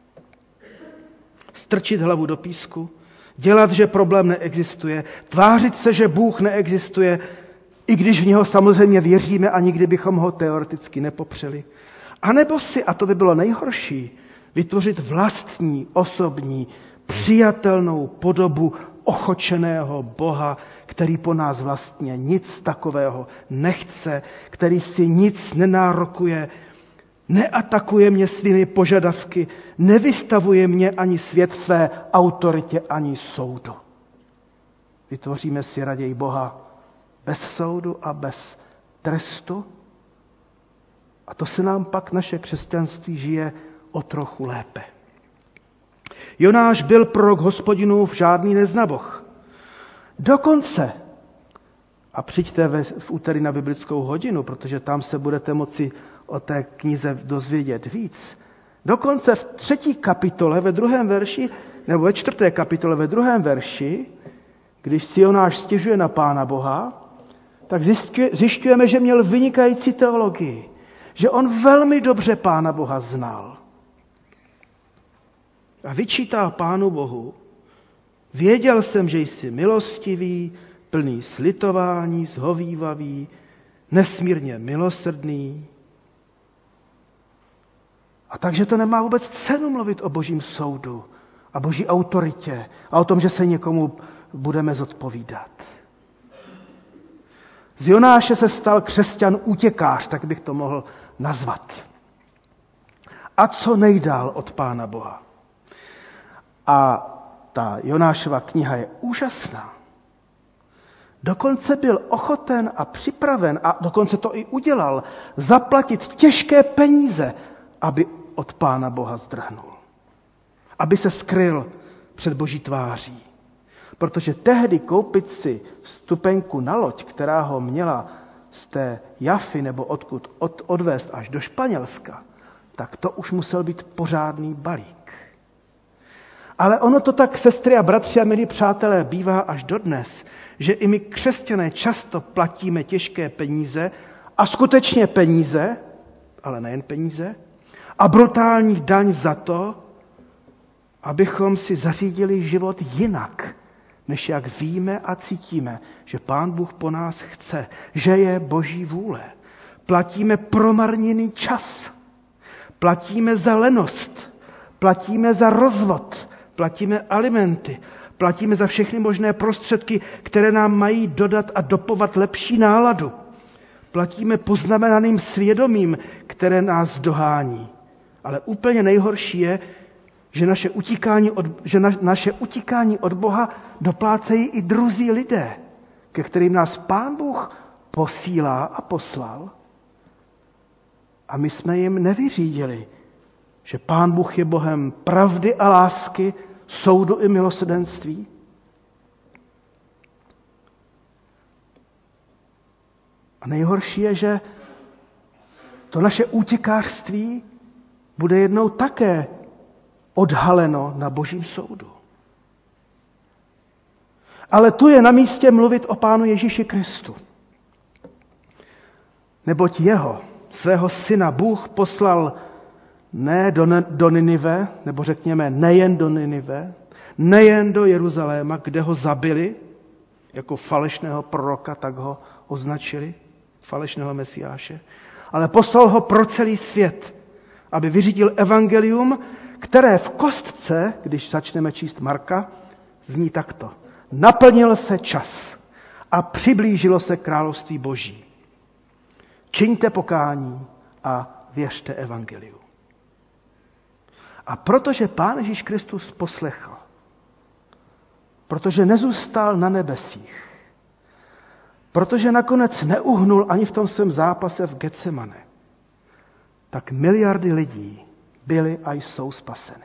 Strčit hlavu do písku, dělat, že problém neexistuje, tvářit se, že Bůh neexistuje, i když v něho samozřejmě věříme a nikdy bychom ho teoreticky nepopřeli. A nebo si, a to by bylo nejhorší, vytvořit vlastní, osobní, přijatelnou podobu ochočeného Boha, který po nás vlastně nic takového nechce, který si nic nenárokuje, neatakuje mě svými požadavky, nevystavuje mě ani svět své autoritě, ani soudu. Vytvoříme si raději Boha bez soudu a bez trestu. A to se nám pak naše křesťanství žije o trochu lépe. Jonáš byl prorok Hospodinův, žádný neznaboch. Dokonce, a přijďte ve, v úterý na biblickou hodinu, protože tam se budete moci o té knize dozvědět víc. Dokonce v třetí kapitole, ve druhém verši, nebo ve čtvrté kapitole, ve druhém verši, když si Jonáš stěžuje na Pána Boha, tak zjišťujeme, že měl vynikající teologii, že on velmi dobře Pána Boha znal. A vyčítá Pánu Bohu: věděl jsem, že jsi milostivý, plný slitování, zhovívavý, nesmírně milosrdný. A takže to nemá vůbec cenu mluvit o Božím soudu a Boží autoritě a o tom, že se někomu budeme zodpovídat. Z Jonáše se stal křesťan útěkář, tak bych to mohl nazvat. A co nejdál od Pána Boha. A ta Jonášova kniha je úžasná. Dokonce byl ochoten a připraven, a dokonce to i udělal, zaplatit těžké peníze, aby od Pána Boha zdrhnul. Aby se skryl před Boží tváří. Protože tehdy koupit si vstupenku na loď, která ho měla z té Jafy nebo odkud od, odvést až do Španělska, tak to už musel být pořádný balík. Ale ono to tak, sestry a bratři a milí přátelé, bývá až dodnes, že i my křesťané často platíme těžké peníze a skutečně peníze, ale nejen peníze, a brutální daň za to, abychom si zařídili život jinak, než jak víme a cítíme, že Pán Bůh po nás chce, že je Boží vůle. Platíme promarněný čas, platíme za lenost, platíme za rozvod, platíme alimenty, platíme za všechny možné prostředky, které nám mají dodat a dopovat lepší náladu. Platíme poznamenaným svědomím, které nás dohání. Ale úplně nejhorší je, že naše utíkání od, že na, naše utíkání od Boha doplácejí i druzí lidé, ke kterým nás Pán Bůh posílá a poslal. A my jsme jim nevyřídili, že Pán Bůh je Bohem pravdy a lásky, soudu i milosrdenství. A nejhorší je, že to naše útěkářství bude jednou také odhaleno na Božím soudu. Ale tu je na místě mluvit o Pánu Ježíši Kristu. Neboť jeho, svého syna, Bůh poslal ne do, do Ninive, nebo řekněme nejen do Ninive, nejen do Jeruzaléma, kde ho zabili, jako falešného proroka, tak ho označili, falešného mesiáše, ale poslal ho pro celý svět, aby vyřídil evangelium, které v kostce, když začneme číst Marka, zní takto. Naplnil se čas a přiblížilo se království Boží. Čiňte pokání a věřte evangeliu. A protože Pán Ježíš Kristus poslechl, protože nezůstal na nebesích, protože nakonec neuhnul ani v tom svém zápase v Getsemane, tak miliardy lidí byly a jsou spaseny.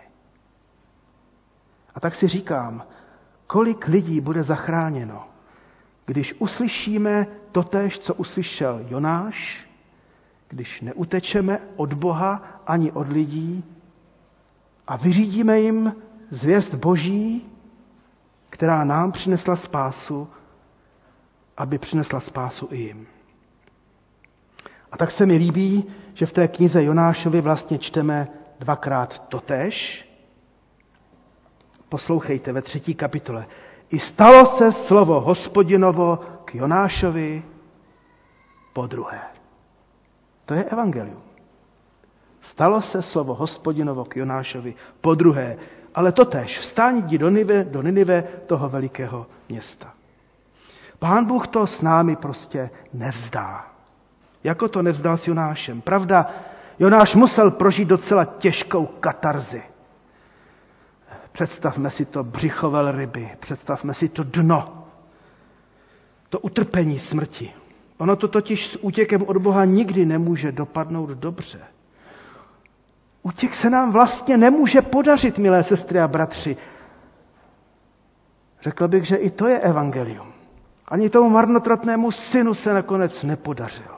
A tak si říkám, kolik lidí bude zachráněno, když uslyšíme totéž, co uslyšel Jonáš, když neutečeme od Boha ani od lidí a vyřídíme jim zvěst Boží, která nám přinesla spásu, aby přinesla spásu i jim. A tak se mi líbí, že v té knize Jonášovi vlastně čteme dvakrát totéž. Poslouchejte ve třetí kapitole. I stalo se slovo Hospodinovo k Jonášovi podruhé. To je evangelium. Stalo se slovo Hospodinovo k Jonášovi podruhé, ale totéž vstáň, jdi do Ninive, do Ninive, toho velikého města. Pán Bůh to s námi prostě nevzdá. Jako to nevzdal s Jonášem. Pravda, Jonáš musel prožít docela těžkou katarzi. Představme si to břicho velryby, představme si to dno, to utrpení smrti. Ono to totiž s útěkem od Boha nikdy nemůže dopadnout dobře. Útěk se nám vlastně nemůže podařit, milé sestry a bratři. Řekl bych, že i to je evangelium. Ani tomu marnotratnému synu se nakonec nepodařilo.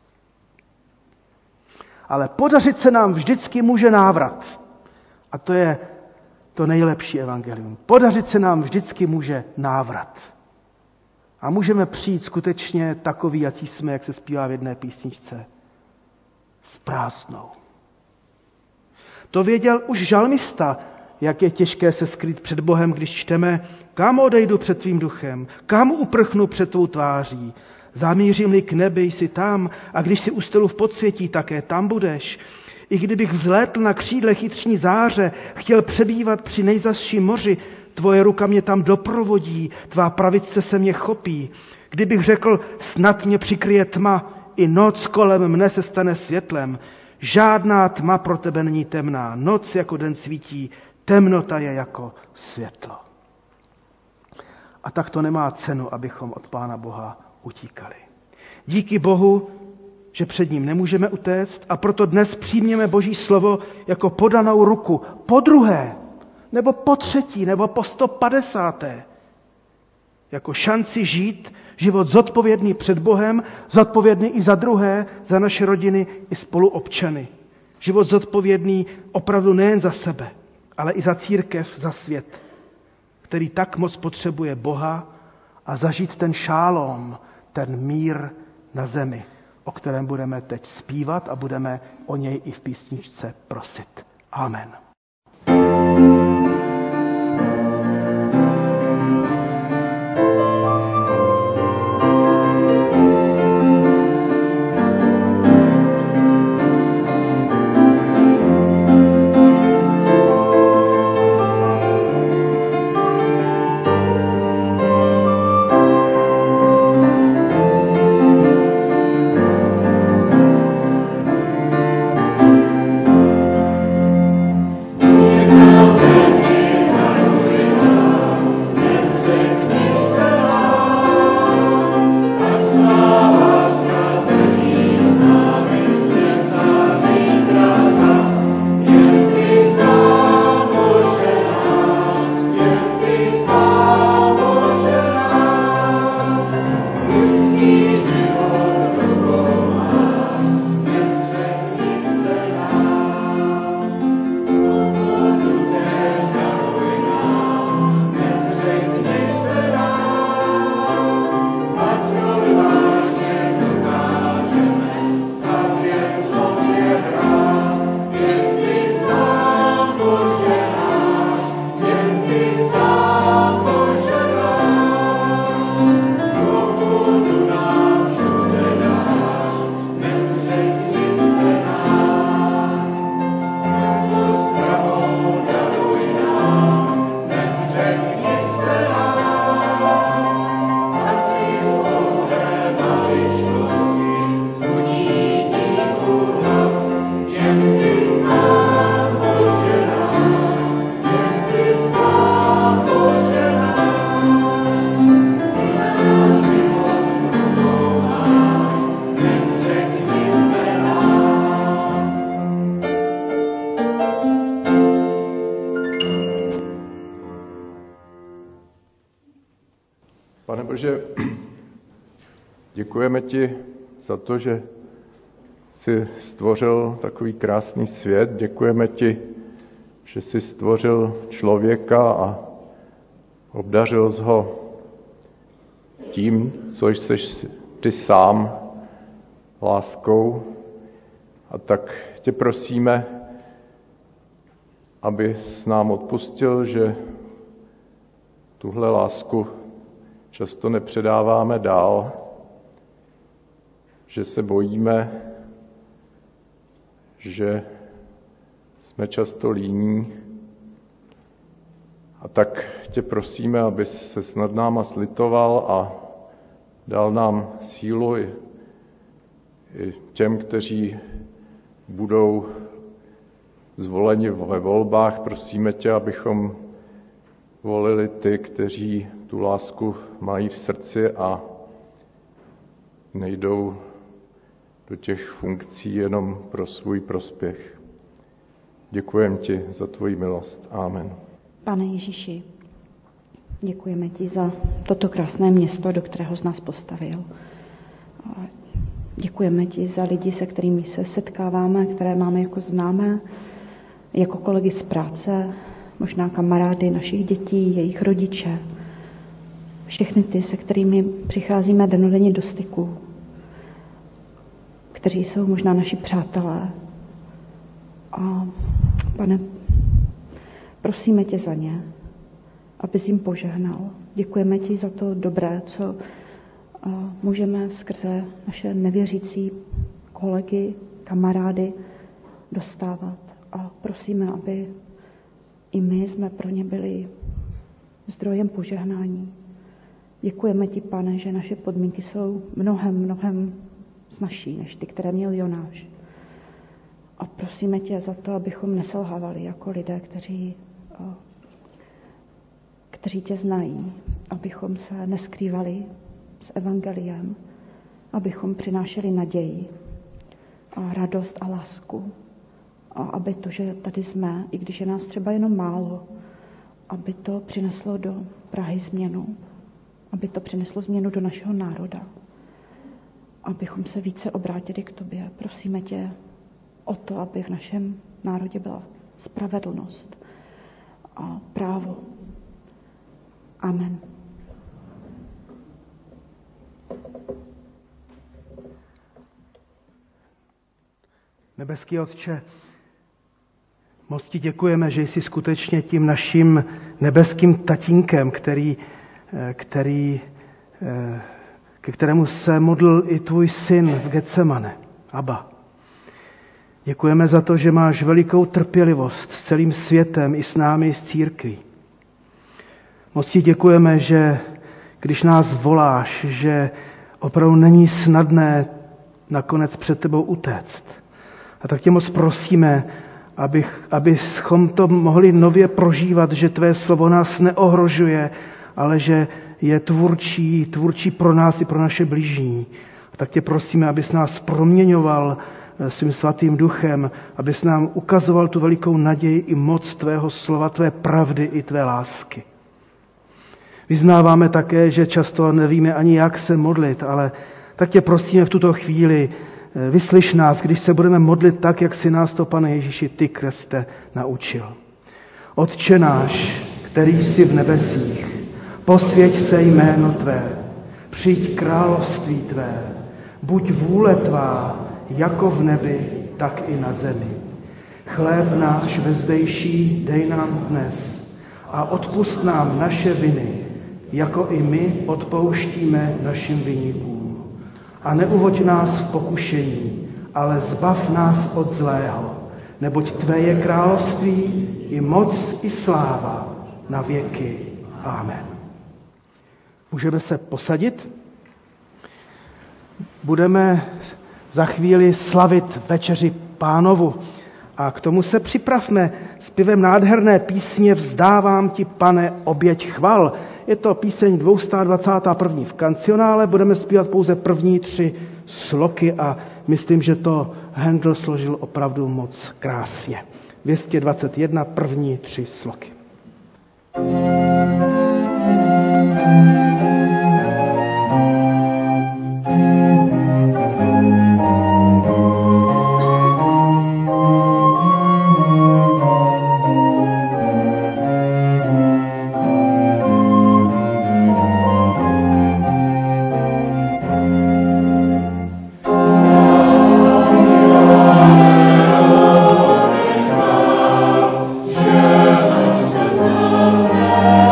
Ale podařit se nám vždycky může návrat. A to je to nejlepší evangelium. Podařit se nám vždycky může návrat. A můžeme přijít skutečně takový, jací jsme, jak se zpívá v jedné písničce, s prázdnou. To věděl už žalmista, jak je těžké se skrýt před Bohem, když čteme, kam odejdu před tvým duchem, kam uprchnu před tvou tváří. Zamířím-li k nebi, jsi tam, a když si ustelu v podsvětí, také tam budeš. I kdybych vzlétl na křídle chytřní záře, chtěl přebývat při nejzazším moři, tvoje ruka mě tam doprovodí, tvá pravice se mě chopí. Kdybych řekl, snad mě přikryje tma, i noc kolem mne se stane světlem. Žádná tma pro tebe není temná, noc jako den svítí, temnota je jako světlo. A tak to nemá cenu, abychom od Pána Boha utíkali. Díky Bohu, že před ním nemůžeme utéct, a proto dnes přijměme Boží slovo jako podanou ruku, po druhé, nebo po třetí, nebo po sto padesáté. Jako šanci žít život zodpovědný před Bohem, zodpovědný i za druhé, za naše rodiny i spoluobčany. Život zodpovědný opravdu nejen za sebe, ale i za církev, za svět, který tak moc potřebuje Boha, a zažít ten šálom, ten mír na zemi, o kterém budeme teď zpívat a budeme o něj i v písničce prosit. Amen. Pane Bože, děkujeme ti za to, že jsi stvořil takový krásný svět. Děkujeme ti, že jsi stvořil člověka a obdařil jsi ho tím, co jsi ty sám, láskou. A tak tě prosíme, aby s nám odpustil, že tuhle lásku často nepředáváme dál, že se bojíme, že jsme často líní. A tak tě prosíme, abys se nad náma slitoval a dal nám sílu i, i těm, kteří budou zvoleni ve volbách. Prosíme tě, abychom volili ty, kteří tu lásku mají v srdci a nejdou do těch funkcí jenom pro svůj prospěch. Děkujem ti za tvoji milost. Amen. Pane Ježíši, děkujeme ti za toto krásné město, do kterého z nás postavil. Děkujeme ti za lidi, se kterými se setkáváme, které máme jako známé, jako kolegy z práce, možná kamarády našich dětí, jejich rodiče. Všechny ty, se kterými přicházíme dennodenně do styku, kteří jsou možná naši přátelé. A Pane, prosíme tě za ně, abys jim požehnal. Děkujeme ti za to dobré, co můžeme skrze naše nevěřící kolegy, kamarády dostávat. A prosíme, aby i my jsme pro ně byli zdrojem požehnání. Děkujeme ti, Pane, že naše podmínky jsou mnohem, mnohem snazší než ty, které měl Jonáš. A prosíme tě za to, abychom neselhávali jako lidé, kteří, kteří tě znají, abychom se neskrývali s evangeliem, abychom přinášeli naději a radost a lásku. A aby to, že tady jsme, i když je nás třeba jenom málo, aby to přineslo do Prahy změnu, aby to přineslo změnu do našeho národa, abychom se více obrátili k tobě. Prosíme tě o to, aby v našem národě byla spravedlnost a právo. Amen. Nebeský Otče, moc ti děkujeme, že jsi skutečně tím naším nebeským tatínkem, který, který, ke kterému se modlil i tvůj syn v Getsemane, Abba. Děkujeme za to, že máš velikou trpělivost s celým světem i s námi, i s církví. Moc ti děkujeme, že když nás voláš, že opravdu není snadné nakonec před tebou utéct. A tak tě moc prosíme, abych, abychom to mohli nově prožívat, že tvé slovo nás neohrožuje, ale že je tvůrčí, tvůrčí pro nás i pro naše bližní. A tak tě prosíme, abys nás proměňoval svým svatým duchem, abys nám ukazoval tu velikou naději i moc tvého slova, tvé pravdy i tvé lásky. Vyznáváme také, že často nevíme ani jak se modlit, ale tak tě prosíme v tuto chvíli, vyslyš nás, když se budeme modlit tak, jak si nás to, Pane Ježíši, ty, Kriste, naučil. Otče náš, který jsi v nebesích, posvěť se jméno tvé, přijď království tvé, buď vůle tvá, jako v nebi, tak i na zemi. Chléb náš vezdejší dej nám dnes a odpusť nám naše viny, jako i my odpouštíme našim viníkům. A neuvoď nás v pokušení, ale zbav nás od zlého, neboť tvé je království i moc i sláva na věky. Amen. Můžeme se posadit? Budeme za chvíli slavit večeři Pánovu a k tomu se připravme zpěvem nádherné písně Vzdávám ti, Pane, oběť chval. Je to píseň dvě stě dvacet jedna v kancionále, budeme zpívat pouze první tři sloky a myslím, že to Handel složil opravdu moc krásně. dvě stě dvacet jedna, první tři sloky. Yeah.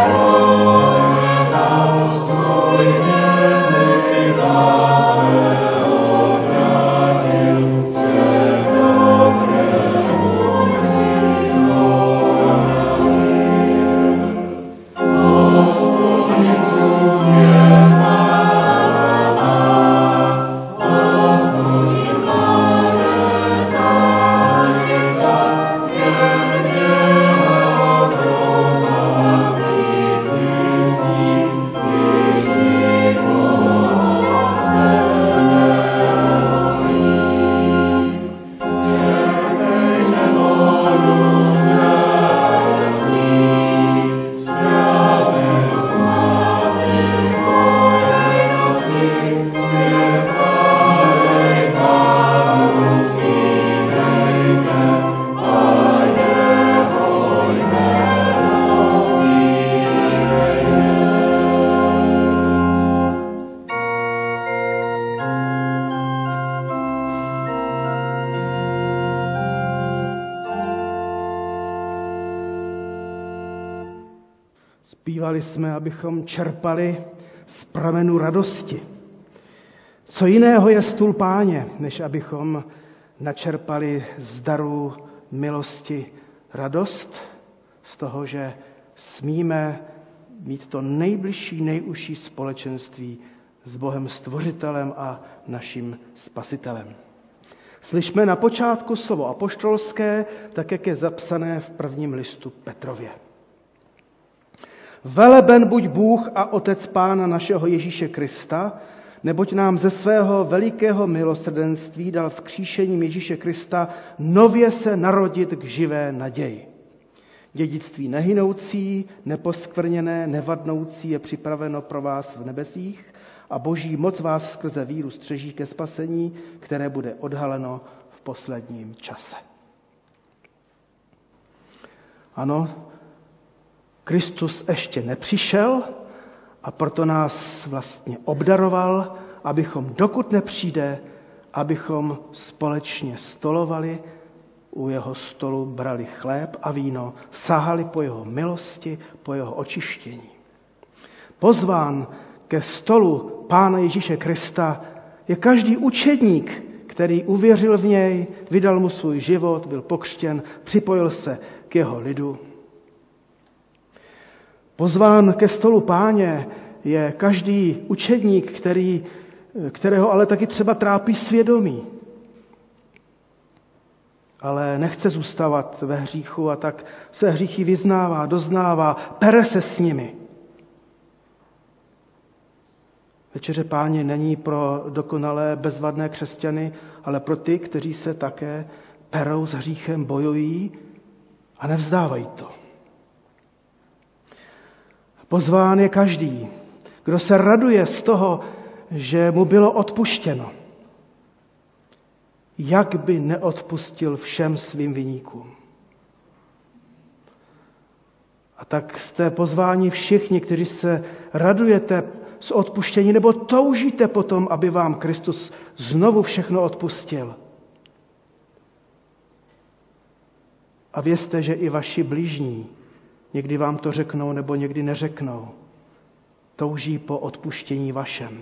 Bývali jsme, abychom čerpali z pramenu radosti. Co jiného je stůl Páně, než abychom načerpali z darů milosti radost z toho, že smíme mít to nejbližší, nejužší společenství s Bohem Stvořitelem a naším Spasitelem. Slyšme na počátku slovo apoštolské, tak jak je zapsané v prvním listu Petrově. Veleben buď Bůh a Otec Pána našeho Ježíše Krista, neboť nám ze svého velikého milosrdenství dal vzkříšením Ježíše Krista nově se narodit k živé naději. Dědictví nehynoucí, neposkvrněné, nevadnoucí je připraveno pro vás v nebesích a boží moc vás skrze víru střeží ke spasení, které bude odhaleno v posledním čase. Ano, Kristus ještě nepřišel a proto nás vlastně obdaroval, abychom, dokud nepřijde, abychom společně stolovali, u jeho stolu brali chléb a víno, sahali po jeho milosti, po jeho očištění. Pozván ke stolu Pána Ježíše Krista je každý učedník, který uvěřil v něj, vydal mu svůj život, byl pokřtěn, připojil se k jeho lidu. Pozván ke stolu Páně je každý učedník, který, kterého ale taky třeba trápí svědomí. Ale nechce zůstávat ve hříchu a tak své hříchy vyznává, doznává, pere se s nimi. Večeře Páně není pro dokonalé, bezvadné křesťany, ale pro ty, kteří se také perou s hříchem, bojují a nevzdávají to. Pozván je každý, kdo se raduje z toho, že mu bylo odpuštěno. Jak by neodpustil všem svým viníkům. A tak jste pozváni všichni, kteří se radujete z odpuštění, nebo toužíte potom, aby vám Kristus znovu všechno odpustil. A vězte, že i vaši blížní, někdy vám to řeknou, nebo někdy neřeknou, touží po odpuštění vašem.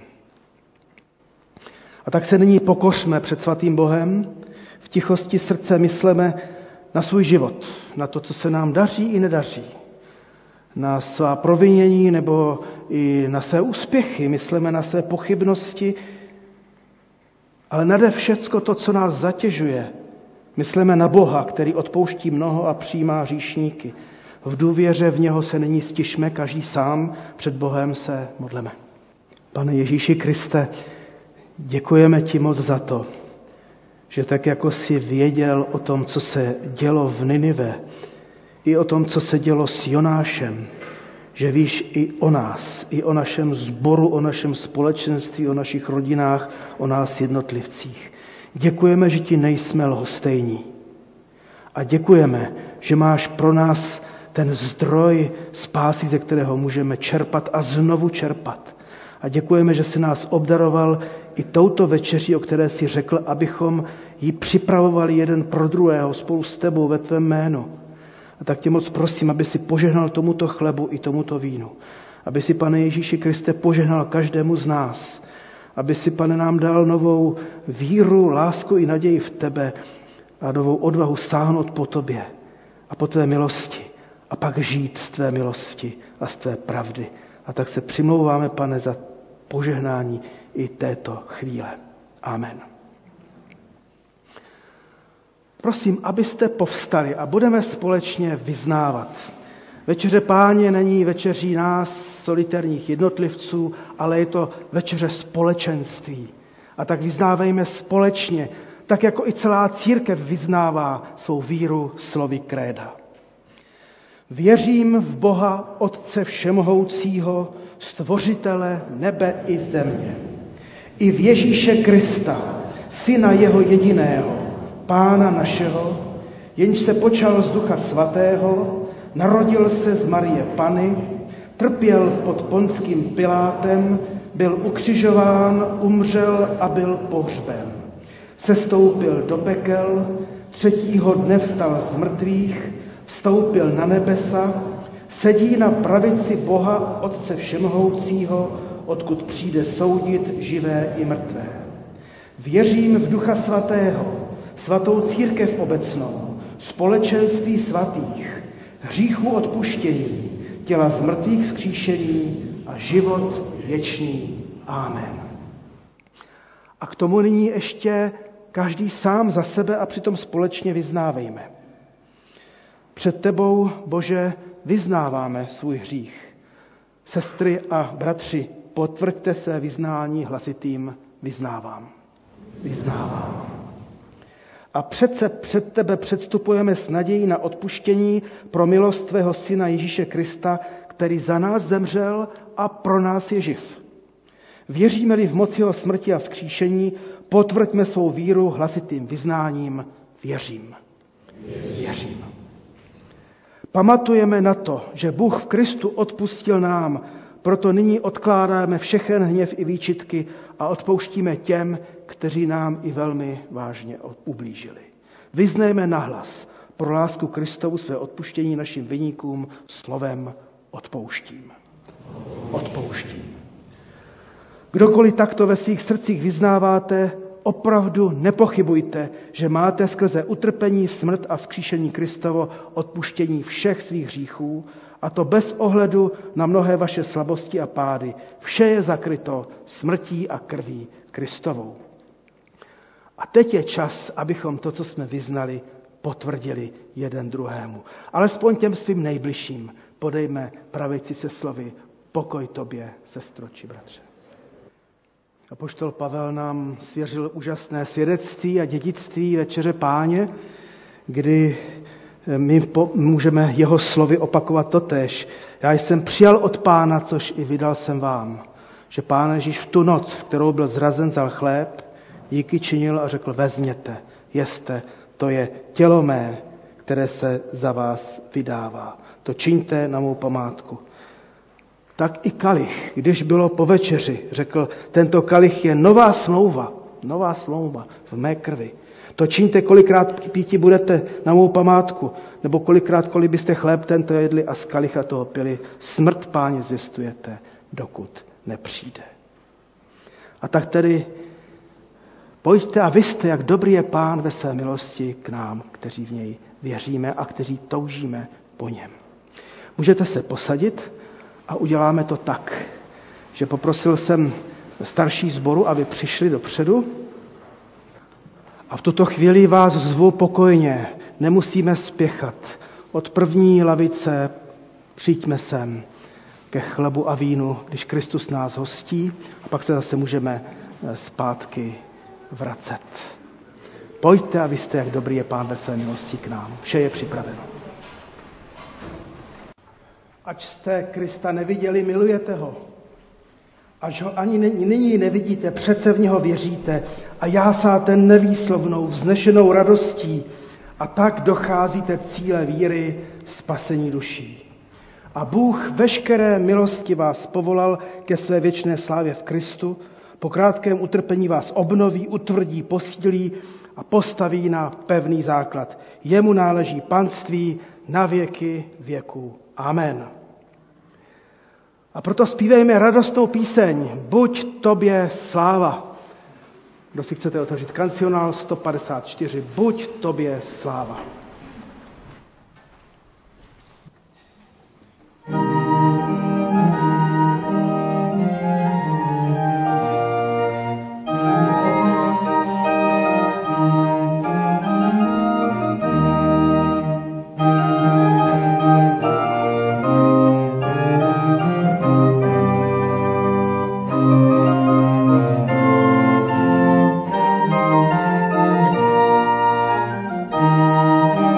A tak se nyní pokořme před svatým Bohem, v tichosti srdce mysleme na svůj život, na to, co se nám daří i nedaří, na svá provinění nebo i na své úspěchy, myslíme na své pochybnosti, ale nade všecko to, co nás zatěžuje, myslíme na Boha, který odpouští mnoho a přijímá hříšníky. V důvěře v něho se nyní stišme, každý sám před Bohem se modleme. Pane Ježíši Kriste, děkujeme ti moc za to, že tak jako jsi věděl o tom, co se dělo v Ninive, i o tom, co se dělo s Jonášem, že víš i o nás, i o našem sboru, o našem společenství, o našich rodinách, o nás jednotlivcích. Děkujeme, že ti nejsme lhostejní. A děkujeme, že máš pro nás ten zdroj spásy, ze kterého můžeme čerpat a znovu čerpat. A děkujeme, že jsi nás obdaroval i touto večeří, o které jsi řekl, abychom ji připravovali jeden pro druhého spolu s tebou ve tvém jménu. A tak tě moc prosím, aby si požehnal tomuto chlebu i tomuto vínu. Aby si, Pane Ježíši Kriste, požehnal každému z nás. Aby si, Pane, nám dal novou víru, lásku i naději v tebe a novou odvahu sáhnout po tobě a po tvé milosti a pak žít z tvé milosti a z tvé pravdy. A tak se přimlouváme, Pane, za požehnání i této chvíle. Amen. Prosím, abyste povstali a budeme společně vyznávat. Večeře Páně není večeří nás, solitérních jednotlivců, ale je to večeře společenství. A tak vyznávejme společně, tak jako i celá církev vyznává svou víru slovy kréda. Věřím v Boha, Otce všemohoucího, stvořitele nebe i země. I v Ježíše Krista, syna jeho jediného, Pána našeho, jenž se počal z Ducha Svatého, narodil se z Marie Panny, trpěl pod Ponským Pilátem, byl ukřižován, umřel a byl pohřben. Sestoupil do pekel, třetího dne vstal z mrtvých, vstoupil na nebesa, sedí na pravici Boha Otce Všemohoucího, odkud přijde soudit živé i mrtvé. Věřím v Ducha Svatého, svatou církev obecnou, společenství svatých, hříchů odpuštění, těla z mrtvých vzkříšení a život věčný. Amen. A k tomu nyní ještě každý sám za sebe a přitom společně vyznávejme. Před tebou, Bože, vyznáváme svůj hřích. Sestry a bratři, potvrďte své vyznání hlasitým vyznávám. Vyznávám. A přece před tebe předstupujeme s nadějí na odpuštění pro milost tvého syna Ježíše Krista, který za nás zemřel a pro nás je živ. Věříme-li v moc jeho smrti a vzkříšení, potvrďme svou víru hlasitým vyznáním věřím. Věřím. Pamatujeme na to, že Bůh v Kristu odpustil nám, proto nyní odkládáme všechen hněv i výčitky a odpouštíme těm, kteří nám i velmi vážně ublížili. Vyznejme nahlas pro lásku Kristovu své odpuštění našim viníkům slovem odpouštím. Odpouštím. Kdokoliv takto ve svých srdcích vyznáváte, opravdu nepochybujte, že máte skrze utrpení, smrt a vzkříšení Kristovo odpuštění všech svých hříchů, a to bez ohledu na mnohé vaše slabosti a pády. Vše je zakryto smrtí a krví Kristovou. A teď je čas, abychom to, co jsme vyznali, potvrdili jeden druhému. Alespoň těm svým nejbližším podejme pravici se slovy pokoj tobě, sestro či bratře. Apoštol Pavel nám svěřil úžasné svědectví a dědictví večeře Páně, kdy my po, můžeme jeho slovy opakovat totéž. Já jsem přijal od Pána, což i vydal jsem vám. Že Pán Ježíš v tu noc, v kterou byl zrazen, vzal chléb, díky činil a řekl, vezměte, jeste, to je tělo mé, které se za vás vydává. To čiňte na mou památku. Tak i kalich, když bylo po večeři, řekl, tento kalich je nová smlouva, nová smlouva v mé krvi. To čiňte, kolikrát píti budete na mou památku, nebo kolikrát, kolik byste chléb tento jedli a z kalicha toho pili, smrt Páně zvěstujete, dokud nepřijde. A tak tedy pojďte a vyste, jak dobrý je Pán ve své milosti k nám, kteří v něj věříme a kteří toužíme po něm. Můžete se posadit a uděláme to tak, že poprosil jsem starší sboru, aby přišli dopředu. A v tuto chvíli vás zvu pokojně, nemusíme spěchat. Od první lavice přijďme sem ke chlebu a vínu, když Kristus nás hostí, a pak se zase můžeme zpátky vracet. Pojďte a vy jste, jak dobrý je Pán ve své milosti k nám. Vše je připraveno. Ač jste Krista neviděli, milujete ho. Až ho ani nyní nevidíte, přece v něho věříte a jásáte nevýslovnou, vznešenou radostí a tak docházíte cíle víry spasení duší. A Bůh veškeré milosti vás povolal ke své věčné slávě v Kristu, po krátkém utrpení vás obnoví, utvrdí, posílí a postaví na pevný základ. Jemu náleží panství na věky věků. Amen. A proto zpívejme radostnou píseň Buď tobě sláva. Kdo si chcete otevřít kancionál sto padesát čtyři. Buď tobě sláva. Thank you.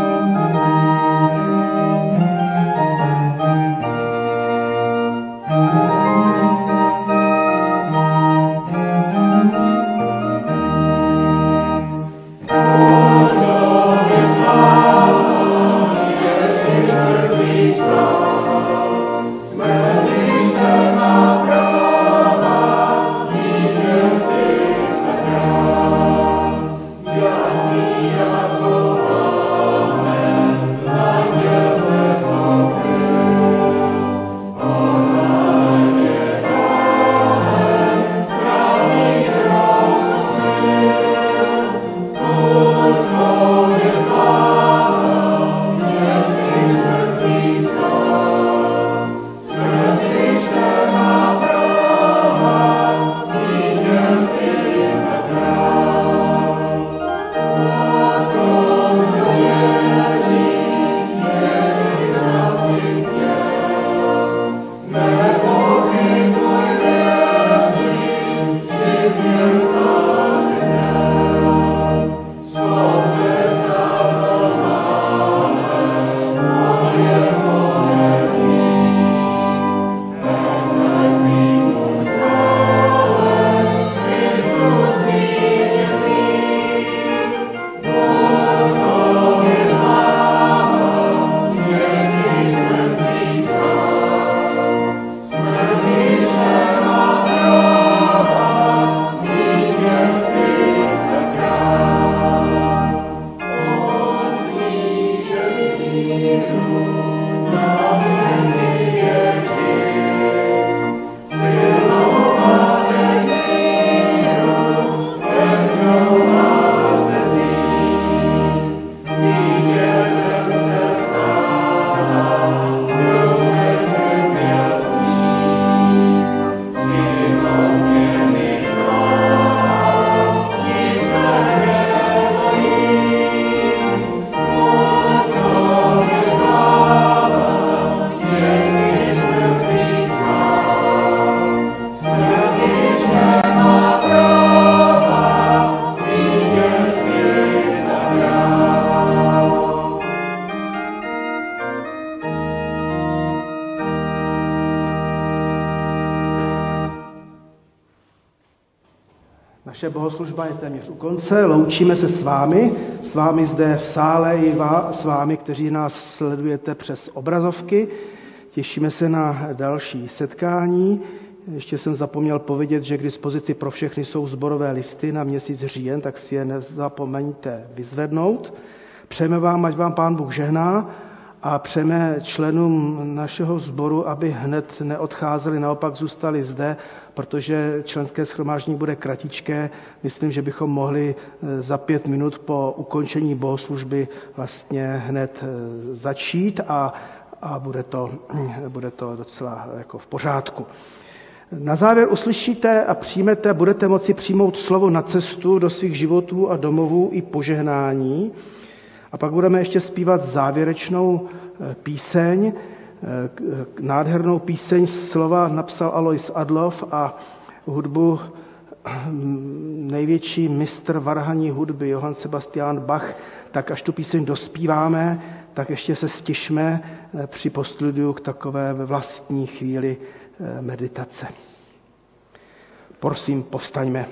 Naše bohoslužba je téměř u konce, loučíme se s vámi, s vámi zde v sále i s vámi, kteří nás sledujete přes obrazovky. Těšíme se na další setkání. Ještě jsem zapomněl povědět, že k dispozici pro všechny jsou sborové listy na měsíc říjen, tak si je nezapomeňte vyzvednout. Přejeme vám, ať vám Pán Bůh žehná, a přejeme členům našeho sboru, aby hned neodcházeli, naopak zůstali zde, protože členské shromáždění bude kratičké. Myslím, že bychom mohli za pět minut po ukončení bohoslužby vlastně hned začít a, a bude, to, bude to docela jako v pořádku. Na závěr uslyšíte a přijmete, budete moci přijmout slovo na cestu do svých životů a domovů i požehnání. A pak budeme ještě zpívat závěrečnou píseň. Nádhernou píseň slova napsal Alois Adloff a hudbu největší mistr varhaní hudby Johann Sebastian Bach. Tak až tu píseň dospíváme, tak ještě se stišme při postudiu k takové vlastní chvíli meditace. Prosím, povstaňme.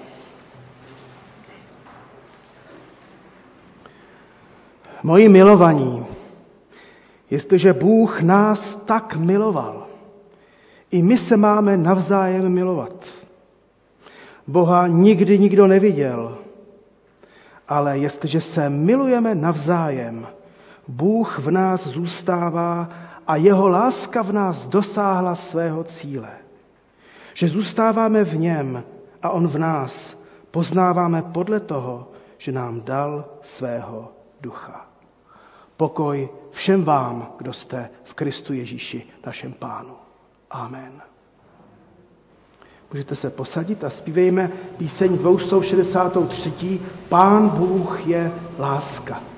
Moji milovaní, jestliže Bůh nás tak miloval, i my se máme navzájem milovat. Boha nikdy nikdo neviděl, ale jestliže se milujeme navzájem, Bůh v nás zůstává a jeho láska v nás dosáhla svého cíle. Že zůstáváme v něm a on v nás, poznáváme podle toho, že nám dal svého ducha. Pokoj všem vám, kdo jste v Kristu Ježíši, našem Pánu. Amen. Můžete se posadit a zpívejme píseň dvě stě šedesát tři. Pán Bůh je láska.